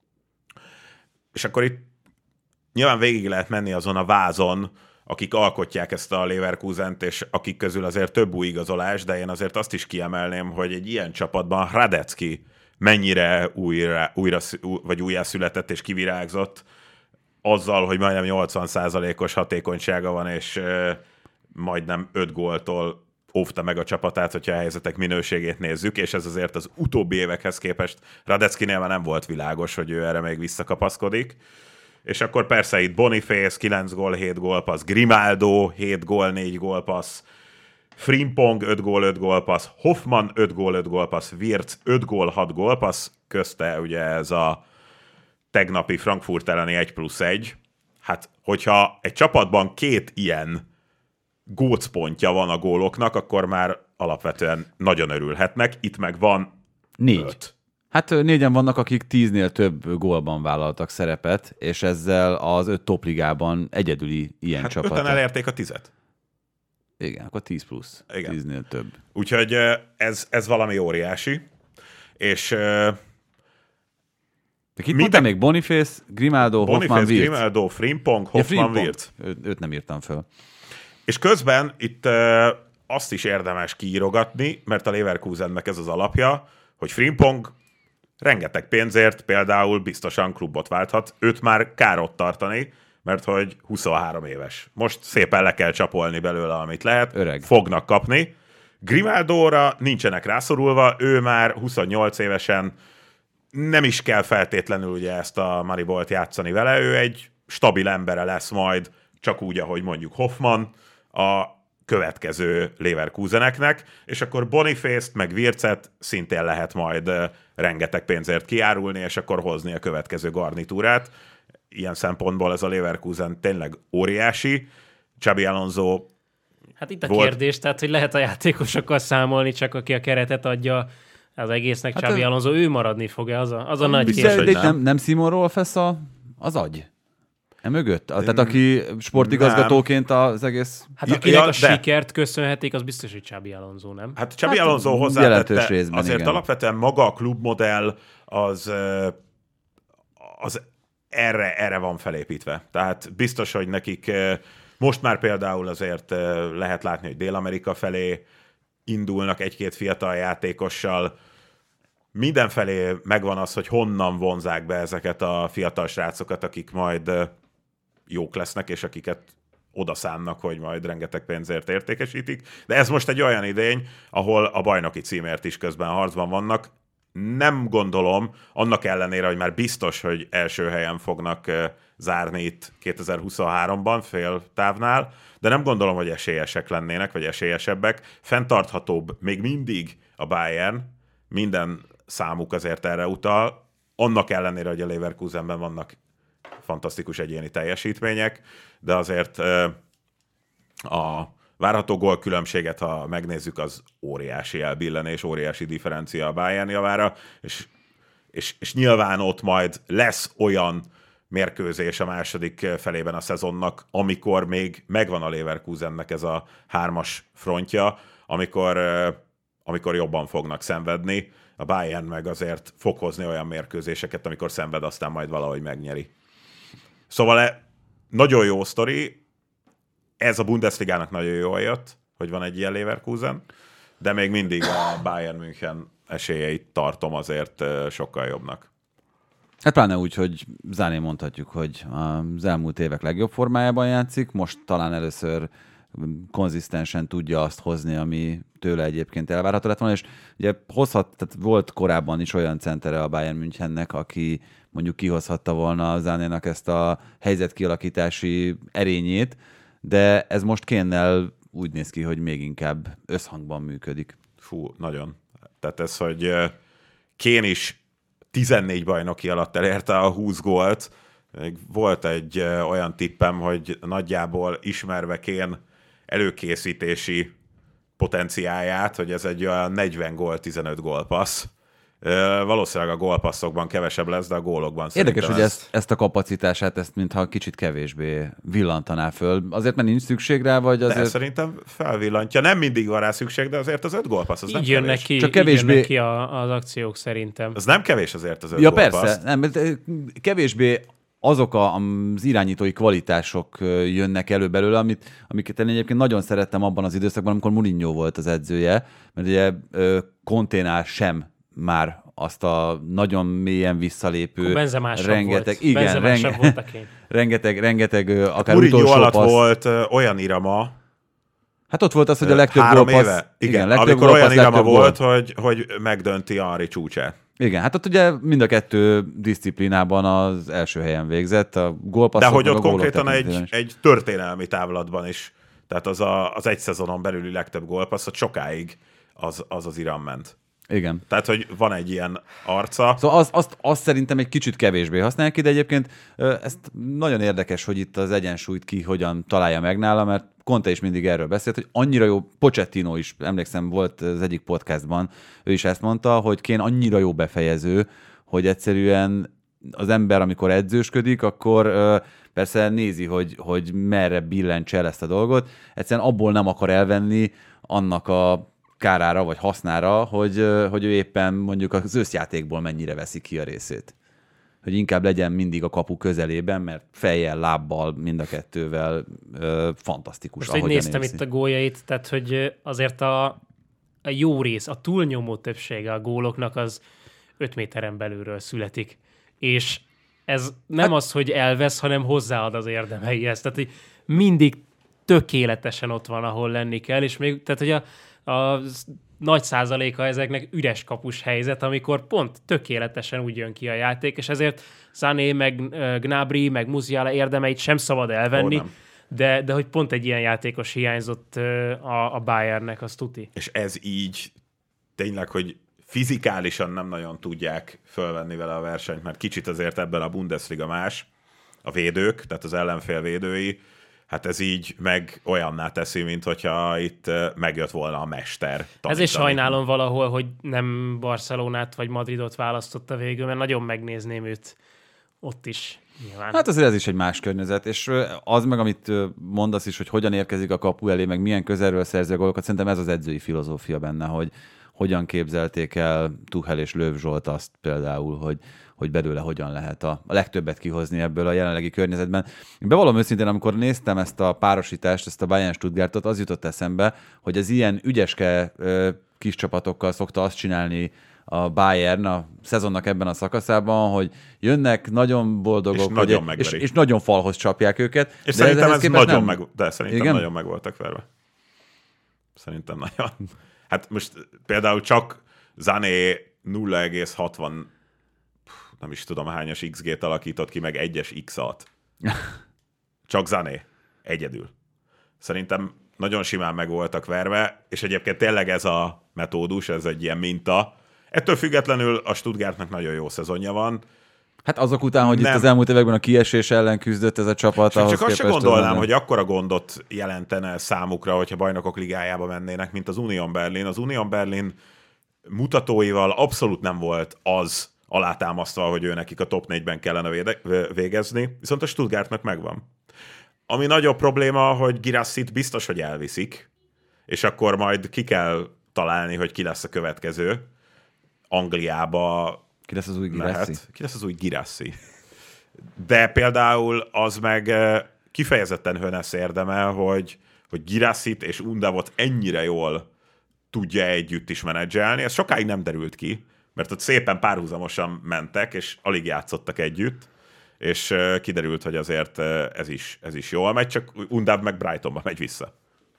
És akkor itt nyilván végig lehet menni azon a vázon, akik alkotják ezt a Leverkusent, és akik közül azért több új igazolás, de én azért azt is kiemelném, hogy egy ilyen csapatban Hradecki mennyire újra, újra vagy újjászületett és kivirágzott, azzal, hogy majdnem nyolcvan százalékos hatékonysága van, és uh, majdnem öt góltól óvta meg a csapatát, hogyha a helyzetek minőségét nézzük, és ez azért az utóbbi évekhez képest Hradeckinél már nem volt világos, hogy ő erre még visszakapaszkodik. És akkor persze itt Boniface, kilenc gól, hét gólpassz, Grimaldo, hét gól, négy gólpassz, Frimpong, öt gól, öt gólpassz, Hoffmann, öt gól, öt gólpassz, Wirtz, öt gól, hat gólpassz, közte ugye ez a tegnapi Frankfurt elleni egy plusz egy. Hát, hogyha egy csapatban két ilyen gócpontja van a góloknak, akkor már alapvetően nagyon örülhetnek. Itt meg van négy. öt. Hát négyen vannak, akik tíznél több gólban vállaltak szerepet, és ezzel az öt topligában egyedüli ilyen hát csapat. öten elérték a tizet. Igen, akkor tíz plusz. Igen. tíznél több. Úgyhogy ez, ez valami óriási. És de kit mondtál még? Boniface, Grimaldo, Boniface, Hoffmann, Wirtz. Grimaldo, Frimpong, Hoffmann, ja, Wirtz. Ő, őt nem írtam föl. És közben itt uh, azt is érdemes kiírogatni, mert a Leverkusennek ez az alapja, hogy Frimpong rengeteg pénzért például biztosan klubot válthat. Őt már kár ott tartani, mert hogy huszonhárom éves. Most szépen le kell csapolni belőle, amit lehet. Öreg. Fognak kapni. Grimaldóra nincsenek rászorulva, ő már huszonnyolc évesen, nem is kell feltétlenül ugye ezt a Maribolt játszani vele, ő egy stabil embere lesz majd, csak úgy, ahogy mondjuk Hoffmann a következő Leverkuseneknek, és akkor Boniface-t meg Wirtzet szintén lehet majd rengeteg pénzért kiárulni, és akkor hozni a következő garnitúrát. Ilyen szempontból ez a Leverkusen tényleg óriási. Xabi Alonso Hát itt a volt... kérdés, tehát hogy lehet a játékosokkal számolni, csak aki a keretet adja az egésznek, hát Xabi a... Alonso, ő maradni fog-e? Az a, az a nagy kérdés. kérdés. Nem, nem Simon Rolfes a, az agy? Emögött? Tehát aki sportigazgatóként az egész... Hát akinek ja, a sikert köszönhetik, az biztos, hogy Xabi Alonso, nem? Hát Xabi hát Alonso hozzátette, részben, azért igen. Alapvetően maga a klubmodell az, az erre, erre van felépítve. Tehát biztos, hogy nekik most már például azért lehet látni, hogy Dél-Amerika felé indulnak egy-két fiatal játékossal. Mindenfelé megvan az, hogy honnan vonzák be ezeket a fiatal srácokat, akik majd jók lesznek, és akiket odaszánnak, hogy majd rengeteg pénzért értékesítik. De ez most egy olyan idény, ahol a bajnoki címért is közben harcban vannak. Nem gondolom, annak ellenére, hogy már biztos, hogy első helyen fognak zárni itt kétezer-huszonháromban fél távnál, de nem gondolom, hogy esélyesek lennének, vagy esélyesebbek. Fenntarthatóbb még mindig a Bayern, minden számuk azért erre utal, annak ellenére, hogy a Leverkusenben vannak fantasztikus egyéni teljesítmények, de azért a várható gólkülönbséget, ha megnézzük, az óriási elbillenés, óriási differencia a Bayern javára, és, és, és nyilván ott majd lesz olyan mérkőzés a második felében a szezonnak, amikor még megvan a Leverkusennek ez a hármas frontja, amikor, amikor jobban fognak szenvedni. A Bayern meg azért fog hozni olyan mérkőzéseket, amikor szenved, aztán majd valahogy megnyeri. Szóval nagyon jó sztori, ez a Bundesligának nagyon jól jött, hogy van egy ilyen Leverkusen, de még mindig a Bayern München esélyeit tartom azért sokkal jobbnak. Hát pláne úgy, hogy Sané mondhatjuk, hogy az elmúlt évek legjobb formájában játszik, most talán először konzisztensen tudja azt hozni, ami tőle egyébként elvárható lett volna, és ugye hozhat, tehát volt korábban is olyan centere a Bayern Münchennek, aki mondjuk kihozhatta volna Sanénak ezt a helyzetkialakítási erényét, de ez most Kane-nel úgy néz ki, hogy még inkább összhangban működik. Fú, nagyon. Tehát ez, hogy Kane is tizennégy bajnoki alatt elérte a húsz gólt. Volt egy olyan tippem, hogy nagyjából ismerve Kane előkészítési potenciáját, hogy ez egy olyan negyven gól, tizenöt gólpassz. Valószínűleg a gólpasszokban kevesebb lesz, de a gólokban érdekes, hogy ez... ezt, ezt a kapacitását, ezt mintha kicsit kevésbé villantaná föl. Azért, mert nincs szükség rá, vagy azért... De szerintem felvillantja. Nem mindig van rá szükség, de azért az öt gólpassz, az így nem jönnek kevés. ki, Csak kevésbé... jönnek ki a, az akciók szerintem. Az nem kevés azért az öt ja, gólpassz. persze. Nem, kevésbé azok a, az irányítói kvalitások jönnek elő belőle, amit, amiket én egyébként nagyon szerettem abban az időszakban, amikor Mourinho volt az edzője, mert ugye Conténál sem már azt a nagyon mélyen visszalépő, rengeteg, volt. igen, renge, volt rengeteg, rengeteg, akár Mourinho utolsó alatt passz. volt olyan irama, hát ott volt az, hogy a legtöbb három gólpassz, éve? igen, igen legtöbb amikor gólpassz, olyan irama gól. volt, hogy, hogy megdönti Henry csúcsát. Igen, hát ott ugye mind a kettő disziplinában az első helyen végzett, a gólpasszok, de hogy ott a konkrétan egy, egy történelmi távlatban is, tehát az a, az egy szezonon belüli legtöbb gólpassz, hogy sokáig az az, az iram ment. Igen. Tehát, hogy van egy ilyen arca. Szóval azt, azt, azt szerintem egy kicsit kevésbé használják ki, de egyébként ezt nagyon érdekes, hogy itt az egyensúlyt ki hogyan találja meg nála, mert Conte is mindig erről beszélt, hogy annyira jó, Pochettino is, emlékszem, volt az egyik podcastban, ő is ezt mondta, hogy Kane annyira jó befejező, hogy egyszerűen az ember, amikor edzősködik, akkor persze nézi, hogy, hogy merre billentse el ezt a dolgot, egyszerűen abból nem akar elvenni annak a kárára vagy hasznára, hogy, hogy ő éppen mondjuk az összjátékból mennyire veszi ki a részét. Hogy inkább legyen mindig a kapu közelében, mert fejjel, lábbal, mind a kettővel ö, fantasztikus. Most, hogy néztem nézni. Itt a góljait, tehát hogy azért a, a jó rész, a túlnyomó többsége a góloknak az öt méteren belülről születik. És ez nem hát, az, hogy elvesz, hanem hozzáad az érdemeihez. Tehát hogy mindig tökéletesen ott van, ahol lenni kell, és még, tehát hogy a a nagy százaléka ezeknek üres kapus helyzet, amikor pont tökéletesen úgy jön ki a játék, és ezért Sané, meg Gnabry, meg Musiala érdemeit sem szabad elvenni, oh, de, de hogy pont egy ilyen játékos hiányzott a, a Bayernnek, az tuti. És ez így tényleg, hogy fizikálisan nem nagyon tudják fölvenni vele a versenyt, mert kicsit azért ebben a Bundesliga más, a védők, tehát az ellenfél védői, hát ez így meg olyanná teszi, mint hogyha itt megjött volna a mester. Tanítani. Ezért sajnálom valahol, hogy nem Barcelonát vagy Madridot választotta végül, mert nagyon megnézném őt ott is. Nyilván. Hát azért ez is egy más környezet, és az meg, amit mondasz is, hogy hogyan érkezik a kapu elé, meg milyen közelről szerzi a gólokat, szerintem ez az edzői filozófia benne, hogy hogyan képzelték el Tuchel és Löw Zsolt azt például, hogy hogy belőle hogyan lehet a, a legtöbbet kihozni ebből a jelenlegi környezetben. Én bevallom őszintén, amikor néztem ezt a párosítást, ezt a Bayern Stuttgartot, az jutott eszembe, hogy az ilyen ügyeske ö, kis csapatokkal szokta azt csinálni a Bayern a szezonnak ebben a szakaszában, hogy jönnek, nagyon boldogok, és nagyon, hogy, és, és nagyon falhoz csapják őket. És de szerintem ez nagyon nem... meg, de szerintem Igen? nagyon meg voltak verve. Szerintem nagyon. Hát most például csak Sané nulla egész hatvan nem is tudom hányas iksz gét alakított ki, meg egyes iksz hat. Csak Sané. Egyedül. Szerintem nagyon simán meg voltak verve, és egyébként tényleg ez a metódus, ez egy ilyen minta. Ettől függetlenül a Stuttgartnak nagyon jó szezonja van. Hát azok után, hogy nem. Itt az elmúlt években a kiesés ellen küzdött ez a csapat. Csak, csak azt sem gondolnám, hogy akkora gondot jelentene számukra, hogyha bajnokok ligájába mennének, mint az Union Berlin. Az Union Berlin mutatóival abszolút nem volt az alátámasztva, hogy ő nekik a top négyben kellene véde- végezni, viszont a Stuttgartnak megvan. Ami nagyobb probléma, hogy Girassit biztos, hogy elviszik, és akkor majd ki kell találni, hogy ki lesz a következő. Angliába Ki lesz az új Girassi? Ki lesz az új Girassi? De például az meg kifejezetten Hönes érdeme, hogy, hogy Girassit és Undavot ennyire jól tudja együtt is menedzselni. Ez sokáig nem derült ki, mert ott szépen párhuzamosan mentek, és alig játszottak együtt, és kiderült, hogy azért ez is, ez is jól megy, csak Undav meg Brightonba megy vissza.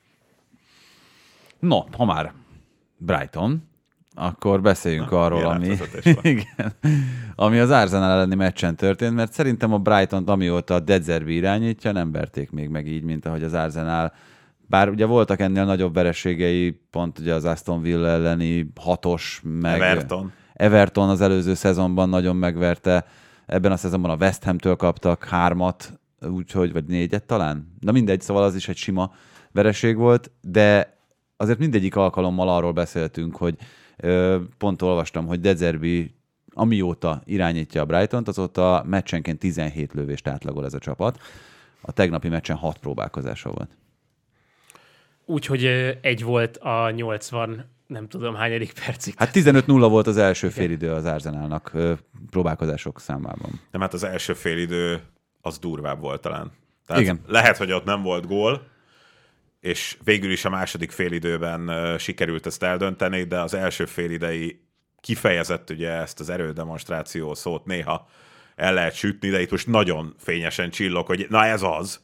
No, ha már Brighton, akkor beszéljünk Na, arról, ami, igen, ami az Arsenal elleni meccsen történt, mert szerintem a Brightont, amióta a De Zerbi irányítja, nem verték még meg így, mint ahogy az Arsenal. Bár ugye voltak ennél nagyobb vereségei, pont ugye az Aston Villa elleni hatos, meg Everton. Everton az előző szezonban nagyon megverte, ebben a szezonban a West Hamtől kaptak hármat, úgyhogy, vagy négyet talán. Na mindegy, szóval az is egy sima vereség volt, de azért mindegyik alkalommal arról beszéltünk, hogy pont olvastam, hogy De Zerbi amióta irányítja a Brightont, azóta meccsenként tizenhét lövést átlagol ez a csapat. A tegnapi meccsen hat próbálkozása volt. Úgyhogy egy volt a nyolcvan, nem tudom hányadik percig. Hát tizenöt nulla volt az első félidő az Arsenalnak próbálkozások számában. Nem, hát az első félidő az durvább volt talán. Tehát igen. Lehet, hogy ott nem volt gól, és végül is a második félidőben uh, sikerült ezt eldönteni, de az első félidei kifejezett ugye ezt az erődemonstráció szót néha el lehet sütni, de itt most nagyon fényesen csillog, hogy na ez az.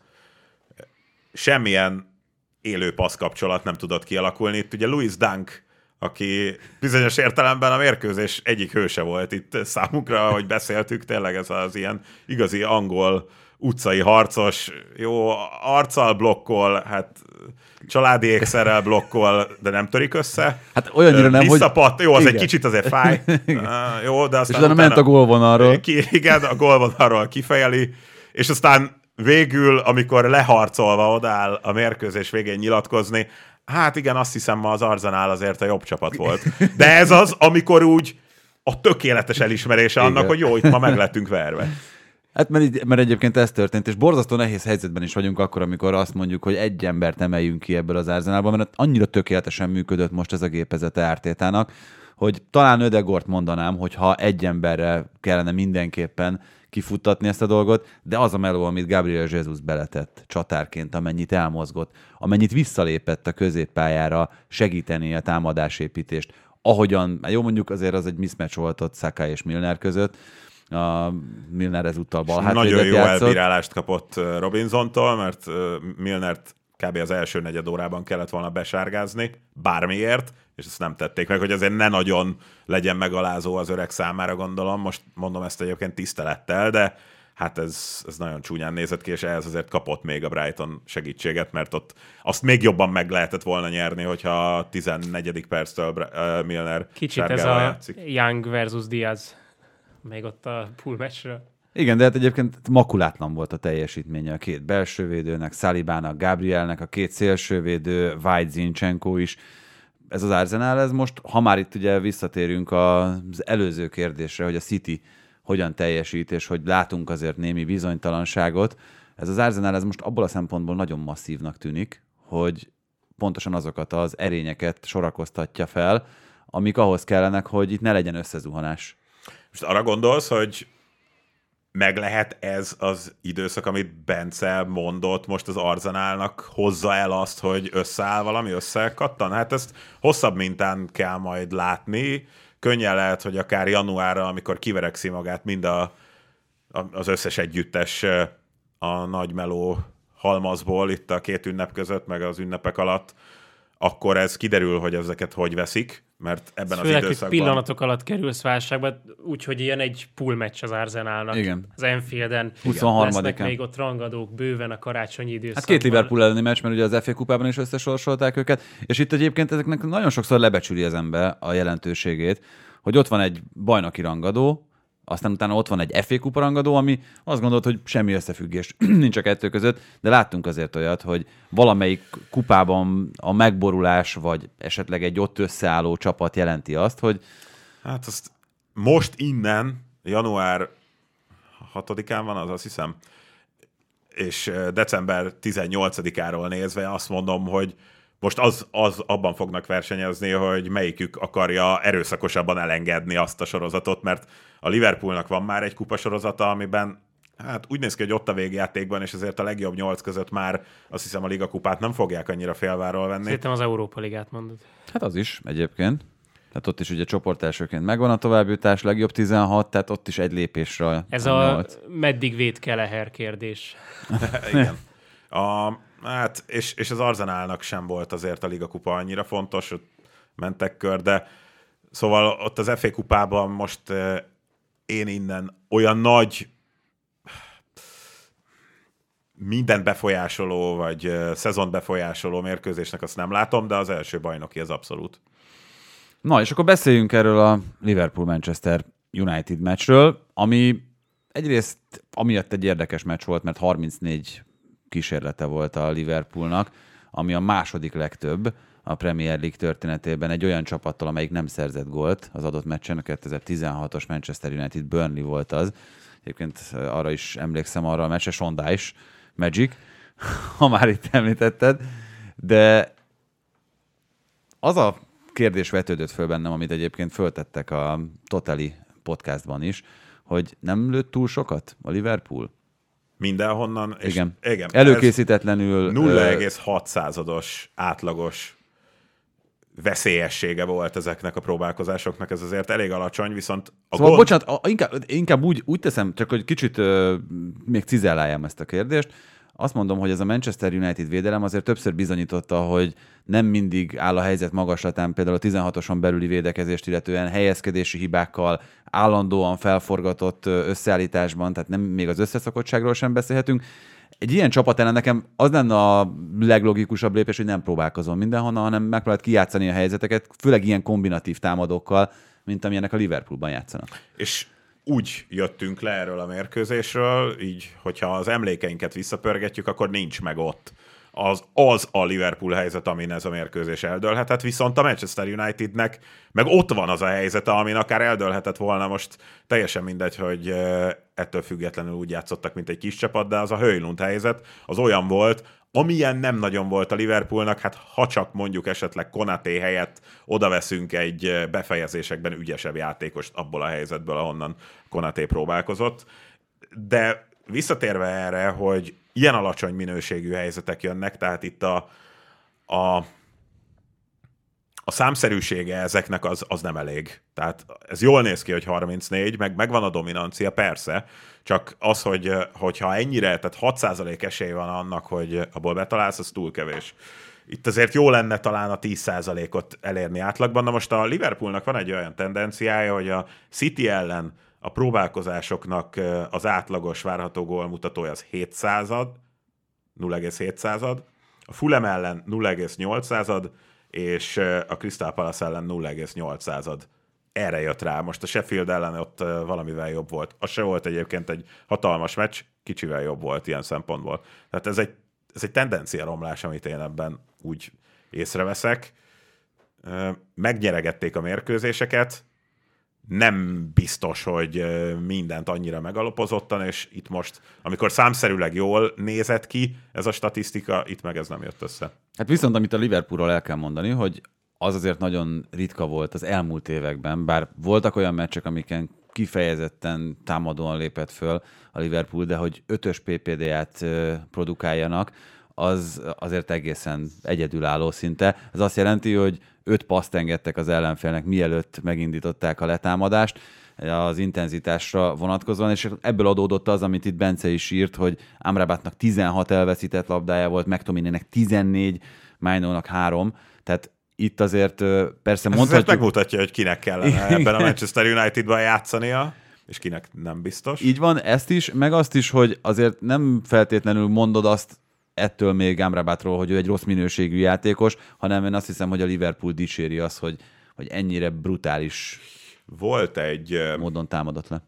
Semmilyen élő passzkapcsolat nem tudott kialakulni. Itt ugye Louis Dunk, aki bizonyos értelemben a mérkőzés egyik hőse volt itt számunkra, ahogy beszéltük, tényleg ez az ilyen igazi angol utcai harcos, jó, arccal blokkol, hát családi ékszerrel blokkol, de nem törik össze. Hát olyannyira nem, Visszapatt, hogy... jó, az igen. egy kicsit azért fáj. uh, jó, de aztán... És utána ment a gólvonalról. Ki, igen, a gólvonalról kifejeli, és aztán végül, amikor leharcolva odáll a mérkőzés végén nyilatkozni, hát igen, azt hiszem ma az Arsenal azért a jobb csapat volt. De ez az, amikor úgy a tökéletes elismerése annak, igen. hogy jó, itt ma meg lettünk verve. Hát mert, mert egyébként ez történt, és borzasztó nehéz helyzetben is vagyunk akkor, amikor azt mondjuk, hogy egy embert emeljünk ki ebből az Arsenalból, mert annyira tökéletesen működött most ez a gépezete Artétának, hogy talán Ödegort mondanám, hogy ha egy emberre kellene mindenképpen kifuttatni ezt a dolgot, de az a meló, amit Gabriel Jesus beletett csatárként, amennyit elmozgott, amennyit visszalépett a középpályára segíteni a támadásépítést, ahogyan, jó mondjuk azért az egy mismatch volt ott Saka és Milner között, a Milner ezúttal bal hátvédet nagyon jó játszott. elbírálást kapott Robinsontól, mert Milnert kb. Az első negyed órában kellett volna besárgázni, bármiért, és ezt nem tették meg, hogy azért ne nagyon legyen megalázó az öreg számára, gondolom. Most mondom ezt egyébként tisztelettel, de hát ez, ez nagyon csúnyán nézett ki, és ehhez azért kapott még a Brighton segítséget, mert ott azt még jobban meg lehetett volna nyerni, hogyha a tizennegyedik perctől uh, Milner kicsit ez a játszik. Young versus Diaz, még ott a pool meccsről. Igen, de hát egyébként makulátlan volt a teljesítménye a két belsővédőnek, Salibának, Gabrielnek, a két szélsővédő, White, Zinchenko is. Ez az Arsenal, ez most, ha már itt ugye visszatérünk az előző kérdésre, hogy a City hogyan teljesít, és hogy látunk azért némi bizonytalanságot, ez az Arsenal, ez most abból a szempontból nagyon masszívnak tűnik, hogy pontosan azokat az erényeket sorakoztatja fel, amik ahhoz kellenek, hogy itt ne legyen összezuhanás. Most arra gondolsz, hogy meg lehet ez az időszak, amit Bence mondott, most az Arsenalnak hozza el azt, hogy összeáll valami, összekattan? Hát ezt hosszabb mintán kell majd látni. Könnyen lehet, hogy akár januárra, amikor kiverekszi magát mind a, a, az összes együttes a nagy meló halmazból itt a két ünnep között, meg az ünnepek alatt, akkor ez kiderül, hogy ezeket hogy veszik, mert ebben az főleg, időszakban... hogy pillanatok alatt kerülsz válságba, úgyhogy ilyen egy pool meccs az Arsenalnak. Igen. Az Anfielden lesznek még ott rangadók bőven a karácsonyi időszakban. Hát két Liverpool elleni meccs, mert ugye az ef á kupában is összesorsolták őket, és itt egyébként ezeknek nagyon sokszor lebecsüli az ember a jelentőségét, hogy ott van egy bajnoki rangadó, aztán utána ott van egy ef á kupa rangadó, ami azt gondolt, hogy semmi összefüggés nincs a kettő között, de láttunk azért olyat, hogy valamelyik kupában a megborulás, vagy esetleg egy ott összeálló csapat jelenti azt, hogy... Hát azt most innen, január hatodikán van az, azt hiszem, és december tizennyolcadikáról nézve azt mondom, hogy most az, az abban fognak versenyezni, hogy melyikük akarja erőszakosabban elengedni azt a sorozatot, mert a Liverpoolnak van már egy kupasorozata, amiben hát úgy néz ki, hogy ott a végjátékban, és ezért a legjobb nyolc között már azt hiszem a ligakupát nem fogják annyira félváról venni. Szerintem az Európa Ligát mondod. Hát az is egyébként. Tehát ott is ugye csoportelsőként megvan a továbbjutás, legjobb tizenhat, tehát ott is egy lépésről. Ez a, a meddig véd Keleher kérdés. Igen. A, Hát, és, és az Arsenalnak sem volt azért a Liga kupa annyira fontos, ott mentek kör, de szóval ott az ef á kupában most én innen olyan nagy minden befolyásoló, vagy szezon befolyásoló mérkőzésnek azt nem látom, de az első bajnoki az abszolút. Na, és akkor beszéljünk erről a Liverpool-Manchester United meccsről, ami egyrészt amiatt egy érdekes meccs volt, mert harmincnégy kísérlete volt a Liverpoolnak, ami a második legtöbb a Premier League történetében egy olyan csapattól, amelyik nem szerzett gólt az adott meccsen, a kétezer-tizenhatos Manchester United Burnley volt az. Egyébként arra is emlékszem, arra a meccsre, Sean Dyche Magic, ha már itt említetted, de az a kérdés vetődött föl bennem, amit egyébként föltettek a Totali podcastban is, hogy nem lőtt túl sokat a Liverpool? Mindenhonnan. És igen. igen. Előkészítetlenül. nulla egész hat százados átlagos veszélyessége volt ezeknek a próbálkozásoknak, ez azért elég alacsony, viszont a szóval, gond... bocsánat, a, inkább, inkább úgy, úgy teszem, csak hogy kicsit ö, még cizelláljam ezt a kérdést. Azt mondom, hogy ez a Manchester United védelem azért többször bizonyította, hogy nem mindig áll a helyzet magaslatán, például a tizenhatoson belüli védekezést, illetően helyezkedési hibákkal, állandóan felforgatott összeállításban, tehát nem még az összeszokottságról sem beszélhetünk. Egy ilyen csapat ellen nekem az lenne a leglogikusabb lépés, hogy nem próbálkozom mindenhonnan, hanem megpróbált kijátszani a helyzeteket, főleg ilyen kombinatív támadókkal, mint amilyenek a Liverpoolban játszanak. És úgy jöttünk le erről a mérkőzésről, így, hogyha az emlékeinket visszapörgetjük, akkor nincs meg ott az, az a Liverpool helyzet, amin ez a mérkőzés eldőlhetett, viszont a Manchester Unitednek meg ott van az a helyzete, amin akár eldőlhetett volna. Most teljesen mindegy, hogy ettől függetlenül úgy játszottak, mint egy kis csapat, de az a Højlund helyzet, az olyan volt, amilyen nem nagyon volt a Liverpoolnak, hát ha csak mondjuk esetleg Konaté helyett odaveszünk egy befejezésekben ügyesebb játékost abból a helyzetből, ahonnan Konaté próbálkozott. De visszatérve erre, hogy ilyen alacsony minőségű helyzetek jönnek, tehát itt a, a, a számszerűsége ezeknek az, az nem elég. Tehát ez jól néz ki, hogy harmincnégy, meg megvan a dominancia, persze, csak az, hogy, hogyha ennyire, tehát hat százalék esély van annak, hogy abból betalálsz, az túl kevés. Itt azért jó lenne talán a tíz százalékot elérni átlagban. Na most a Liverpoolnak van egy olyan tendenciája, hogy a City ellen a próbálkozásoknak az átlagos várható gólmutatója az hét század, nulla egész hét század, a Fulham ellen nulla egész nyolc század, és a Crystal Palace ellen nulla egész nyolc század. Erre jött rá. Most a Sheffield ellen ott valamivel jobb volt. Az se volt egyébként egy hatalmas meccs, kicsivel jobb volt ilyen szempontból. Tehát ez egy, ez egy tendencia romlás, amit én ebben úgy észreveszek. Megnyeregették a mérkőzéseket, nem biztos, hogy mindent annyira megalapozottan, és itt most, amikor számszerűleg jól nézett ki ez a statisztika, itt meg ez nem jött össze. Hát viszont, amit a Liverpoolról el kell mondani, hogy az azért nagyon ritka volt az elmúlt években, bár voltak olyan meccsek, amiken kifejezetten támadóan lépett föl a Liverpool, de hogy ötös pé pé dé-át produkáljanak, az azért egészen egyedülálló szinte. Ez azt jelenti, hogy öt paszt engedtek az ellenfélnek, mielőtt megindították a letámadást az intenzitásra vonatkozóan, és ebből adódott az, amit itt Bence is írt, hogy Amrabatnak tizenhat elveszített labdája volt, McTominaynek tizennégy, Mainónak három, tehát itt azért persze mondhatjuk... Ez megmutatja, hogy kinek kellene ebben a Manchester Unitedban játszania, és kinek nem biztos. Így van, ezt is, meg azt is, hogy azért nem feltétlenül mondod azt ettől még Amrabatról, hogy ő egy rossz minőségű játékos, hanem én azt hiszem, hogy a Liverpool dicséri az, hogy, hogy ennyire brutális volt egy módon támadott le.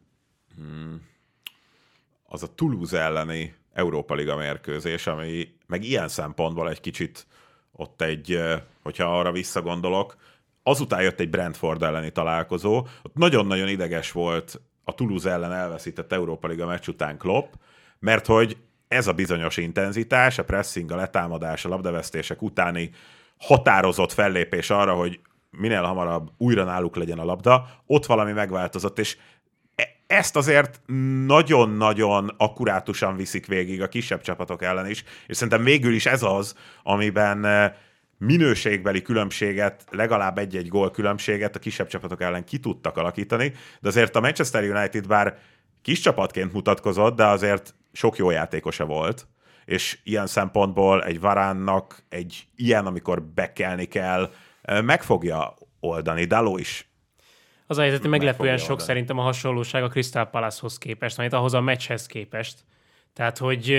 Az a Toulouse elleni Európa Liga mérkőzés, ami meg ilyen szempontból egy kicsit ott egy, hogyha arra visszagondolok, azután jött egy Brentford elleni találkozó, ott nagyon-nagyon ideges volt a Toulouse ellen elveszített Európa Liga meccs után Klopp, mert hogy ez a bizonyos intenzitás, a pressing, a letámadás, a labdavesztések utáni határozott fellépés arra, hogy minél hamarabb újra náluk legyen a labda, ott valami megváltozott, és ezt azért nagyon-nagyon akkurátusan viszik végig a kisebb csapatok ellen is, és szerintem végül is ez az, amiben minőségbeli különbséget, legalább egy-egy gól különbséget a kisebb csapatok ellen ki tudtak alakítani, de azért a Manchester United bár kis csapatként mutatkozott, de azért sok jó játékosa volt, és ilyen szempontból egy Varánnak egy ilyen, amikor bekelni kell, meg fogja oldani. Dalot is. Az a helyzet, meglepően sok oldani. Szerintem a hasonlóság a Crystal Palace-hoz képest, amit ahhoz a meccshez képest. Tehát, hogy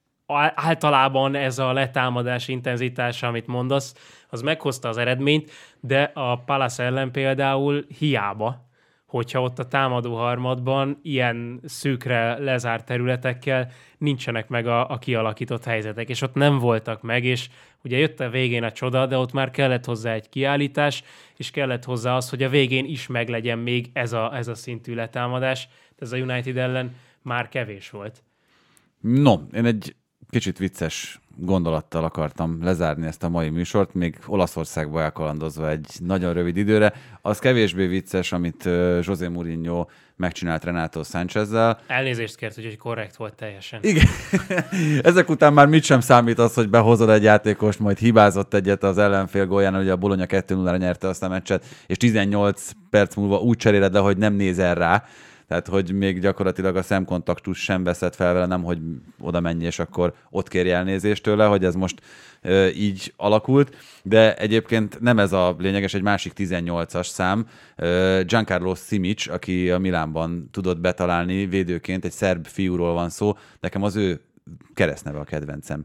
általában ez a letámadás intenzitása, amit mondasz, az meghozta az eredményt, de a Palace ellen például hiába, hogyha ott a támadó harmadban ilyen szűkre lezárt területekkel nincsenek meg a, a kialakított helyzetek, és ott nem voltak meg, és ugye jött a végén a csoda, de ott már kellett hozzá egy kiállítás, és kellett hozzá az, hogy a végén is meglegyen még ez a, ez a szintű letámadás. Ez a United ellen már kevés volt. No, én egy kicsit vicces gondolattal akartam lezárni ezt a mai műsort, még Olaszországba elkalandozva egy nagyon rövid időre. Az kevésbé vicces, amit José Mourinho megcsinált Renato Sanchezzel. Elnézést kért, hogy korrekt volt teljesen. Igen. Ezek után már mit sem számít az, hogy behozod egy játékost, majd hibázott egyet az ellenfél gólján, ugye a Bologna kettő nullára nyerte azt a meccset, és tizennyolc perc múlva úgy cseréled le, hogy nem nézel rá. Tehát, hogy még gyakorlatilag a szemkontaktus sem veszed fel vele, nem, hogy oda menj, és akkor ott kérj elnézést tőle, hogy ez most ö, így alakult. De egyébként nem ez a lényeges, egy másik tizennyolcas szám. Ö, Giancarlo Simic, aki a Milánban tudott betalálni védőként, egy szerb fiúról van szó. Nekem az ő keresztneve a kedvencem.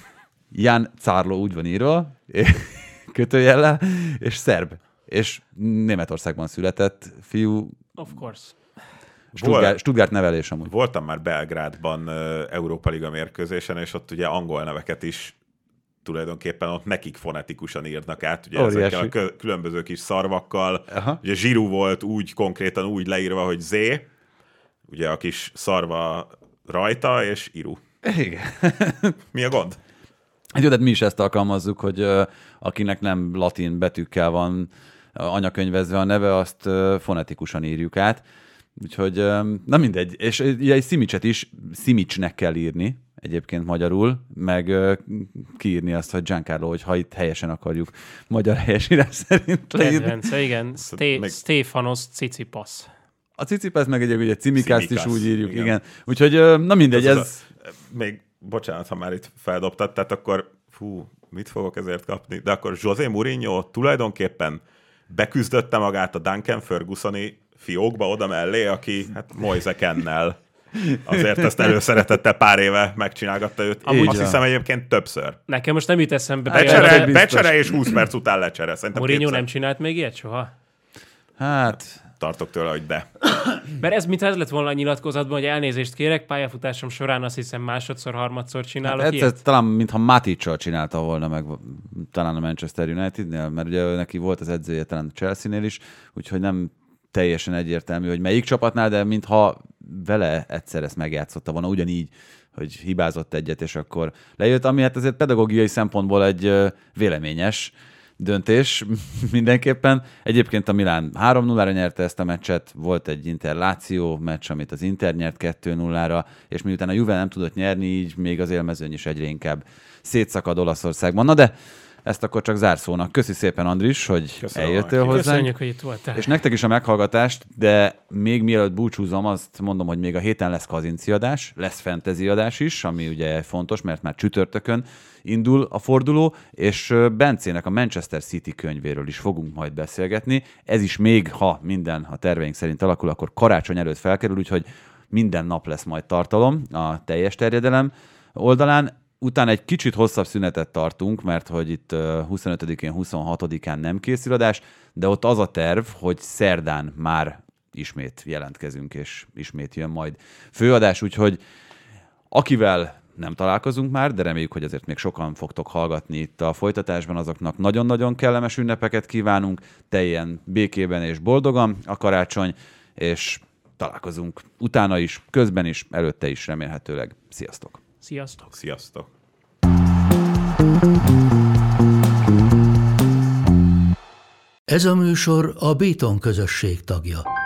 Jan Carlo úgy van írva, kötőjellel, és szerb. És Németországban született fiú. Of course. Stuttgart, Stuttgart nevelés amúgy. Voltam már Belgrádban uh, Európa Liga mérkőzésen, és ott ugye angol neveket is tulajdonképpen ott nekik fonetikusan írnak át, ugye Óriási. ezekkel a kö- különböző kis szarvakkal. Aha. Ugye Giroud volt úgy konkrétan úgy leírva, hogy Z, ugye a kis szarva rajta, és Iru. Igen. Mi a gond? Jó, de mi is ezt alkalmazzuk, hogy uh, akinek nem latin betűkkel van uh, anyakönyvezve a neve, azt uh, fonetikusan írjuk át. Úgyhogy, na mindegy, és ugye egy Simicet is Simicsnek kell írni, egyébként magyarul, meg kiírni azt, hogy Giancarlo, hogy ha itt helyesen akarjuk magyar helyesírás szerint leírni. Kedvence, igen. Sté- Meg... Stefanos Tsitsipas. A Tsitsipas meg egyébként ugye Cimikászt is úgy írjuk, igen. igen. Úgyhogy, na mindegy, ez... ez... A, még, bocsánat, ha már itt feldobtad, tehát akkor, fú, mit fogok ezért kapni? De akkor José Mourinho tulajdonképpen beküzdötte magát a Duncan Fergusoni fiókba oda mellé, aki hát Moise Kennel azért ezt előszeretettel pár éve megcsinálgatta őt. Amúgy azt hiszem egyébként többször. Nekem most nem jut eszembe. Becsere, becsere és húsz perc után lecsere. Szerintem Mourinho kétszer. nem csinált még ilyet soha? Hát... Tartok tőle, hogy de. Mert ez mit ez lett volna a nyilatkozatban, hogy elnézést kérek, pályafutásom során azt hiszem másodszor, harmadszor csinálok hát ilyet? Egyszer talán, mintha Matic-sal csinálta volna meg talán a Manchester Unitednél, mert ugye neki volt az edzője talán a Chelsea-nél is, úgyhogy nem teljesen egyértelmű, hogy melyik csapatnál, de mintha vele egyszer ezt megjátszotta volna, ugyanígy, hogy hibázott egyet, és akkor lejött, ami hát azért pedagógiai szempontból egy véleményes döntés mindenképpen. Egyébként a Milán három nullára nyerte ezt a meccset, volt egy Inter-Láció meccs, amit az Inter nyert kettő nullára, és miután a Juve nem tudott nyerni, így még az élmezőny is egyre inkább szétszakad Olaszországban. Na de ezt akkor csak zárszónak. Köszi szépen, Andris, hogy Köszönöm, eljöttél hozzánk. Köszönjük, hogy itt voltál. És nektek is a meghallgatást, de még mielőtt búcsúzom, azt mondom, hogy még a héten lesz kazinci adás, lesz fantasy adás is, ami ugye fontos, mert már csütörtökön indul a forduló, és Bencének a Manchester City könyvéről is fogunk majd beszélgetni. Ez is még, ha minden a terveink szerint alakul, akkor karácsony előtt felkerül, úgyhogy minden nap lesz majd tartalom a teljes terjedelem oldalán. Utána egy kicsit hosszabb szünetet tartunk, mert hogy itt huszonötödikén, huszonhatodikán nem készül adás, de ott az a terv, hogy szerdán már ismét jelentkezünk, és ismét jön majd főadás, úgyhogy akivel nem találkozunk már, de reméljük, hogy azért még sokan fogtok hallgatni itt a folytatásban, azoknak nagyon-nagyon kellemes ünnepeket kívánunk, teljen békében és boldogan a karácsony, és találkozunk utána is, közben is, előtte is remélhetőleg. Sziasztok! Sziasztok! Sziasztok! Ez a műsor a Béton közösség tagja.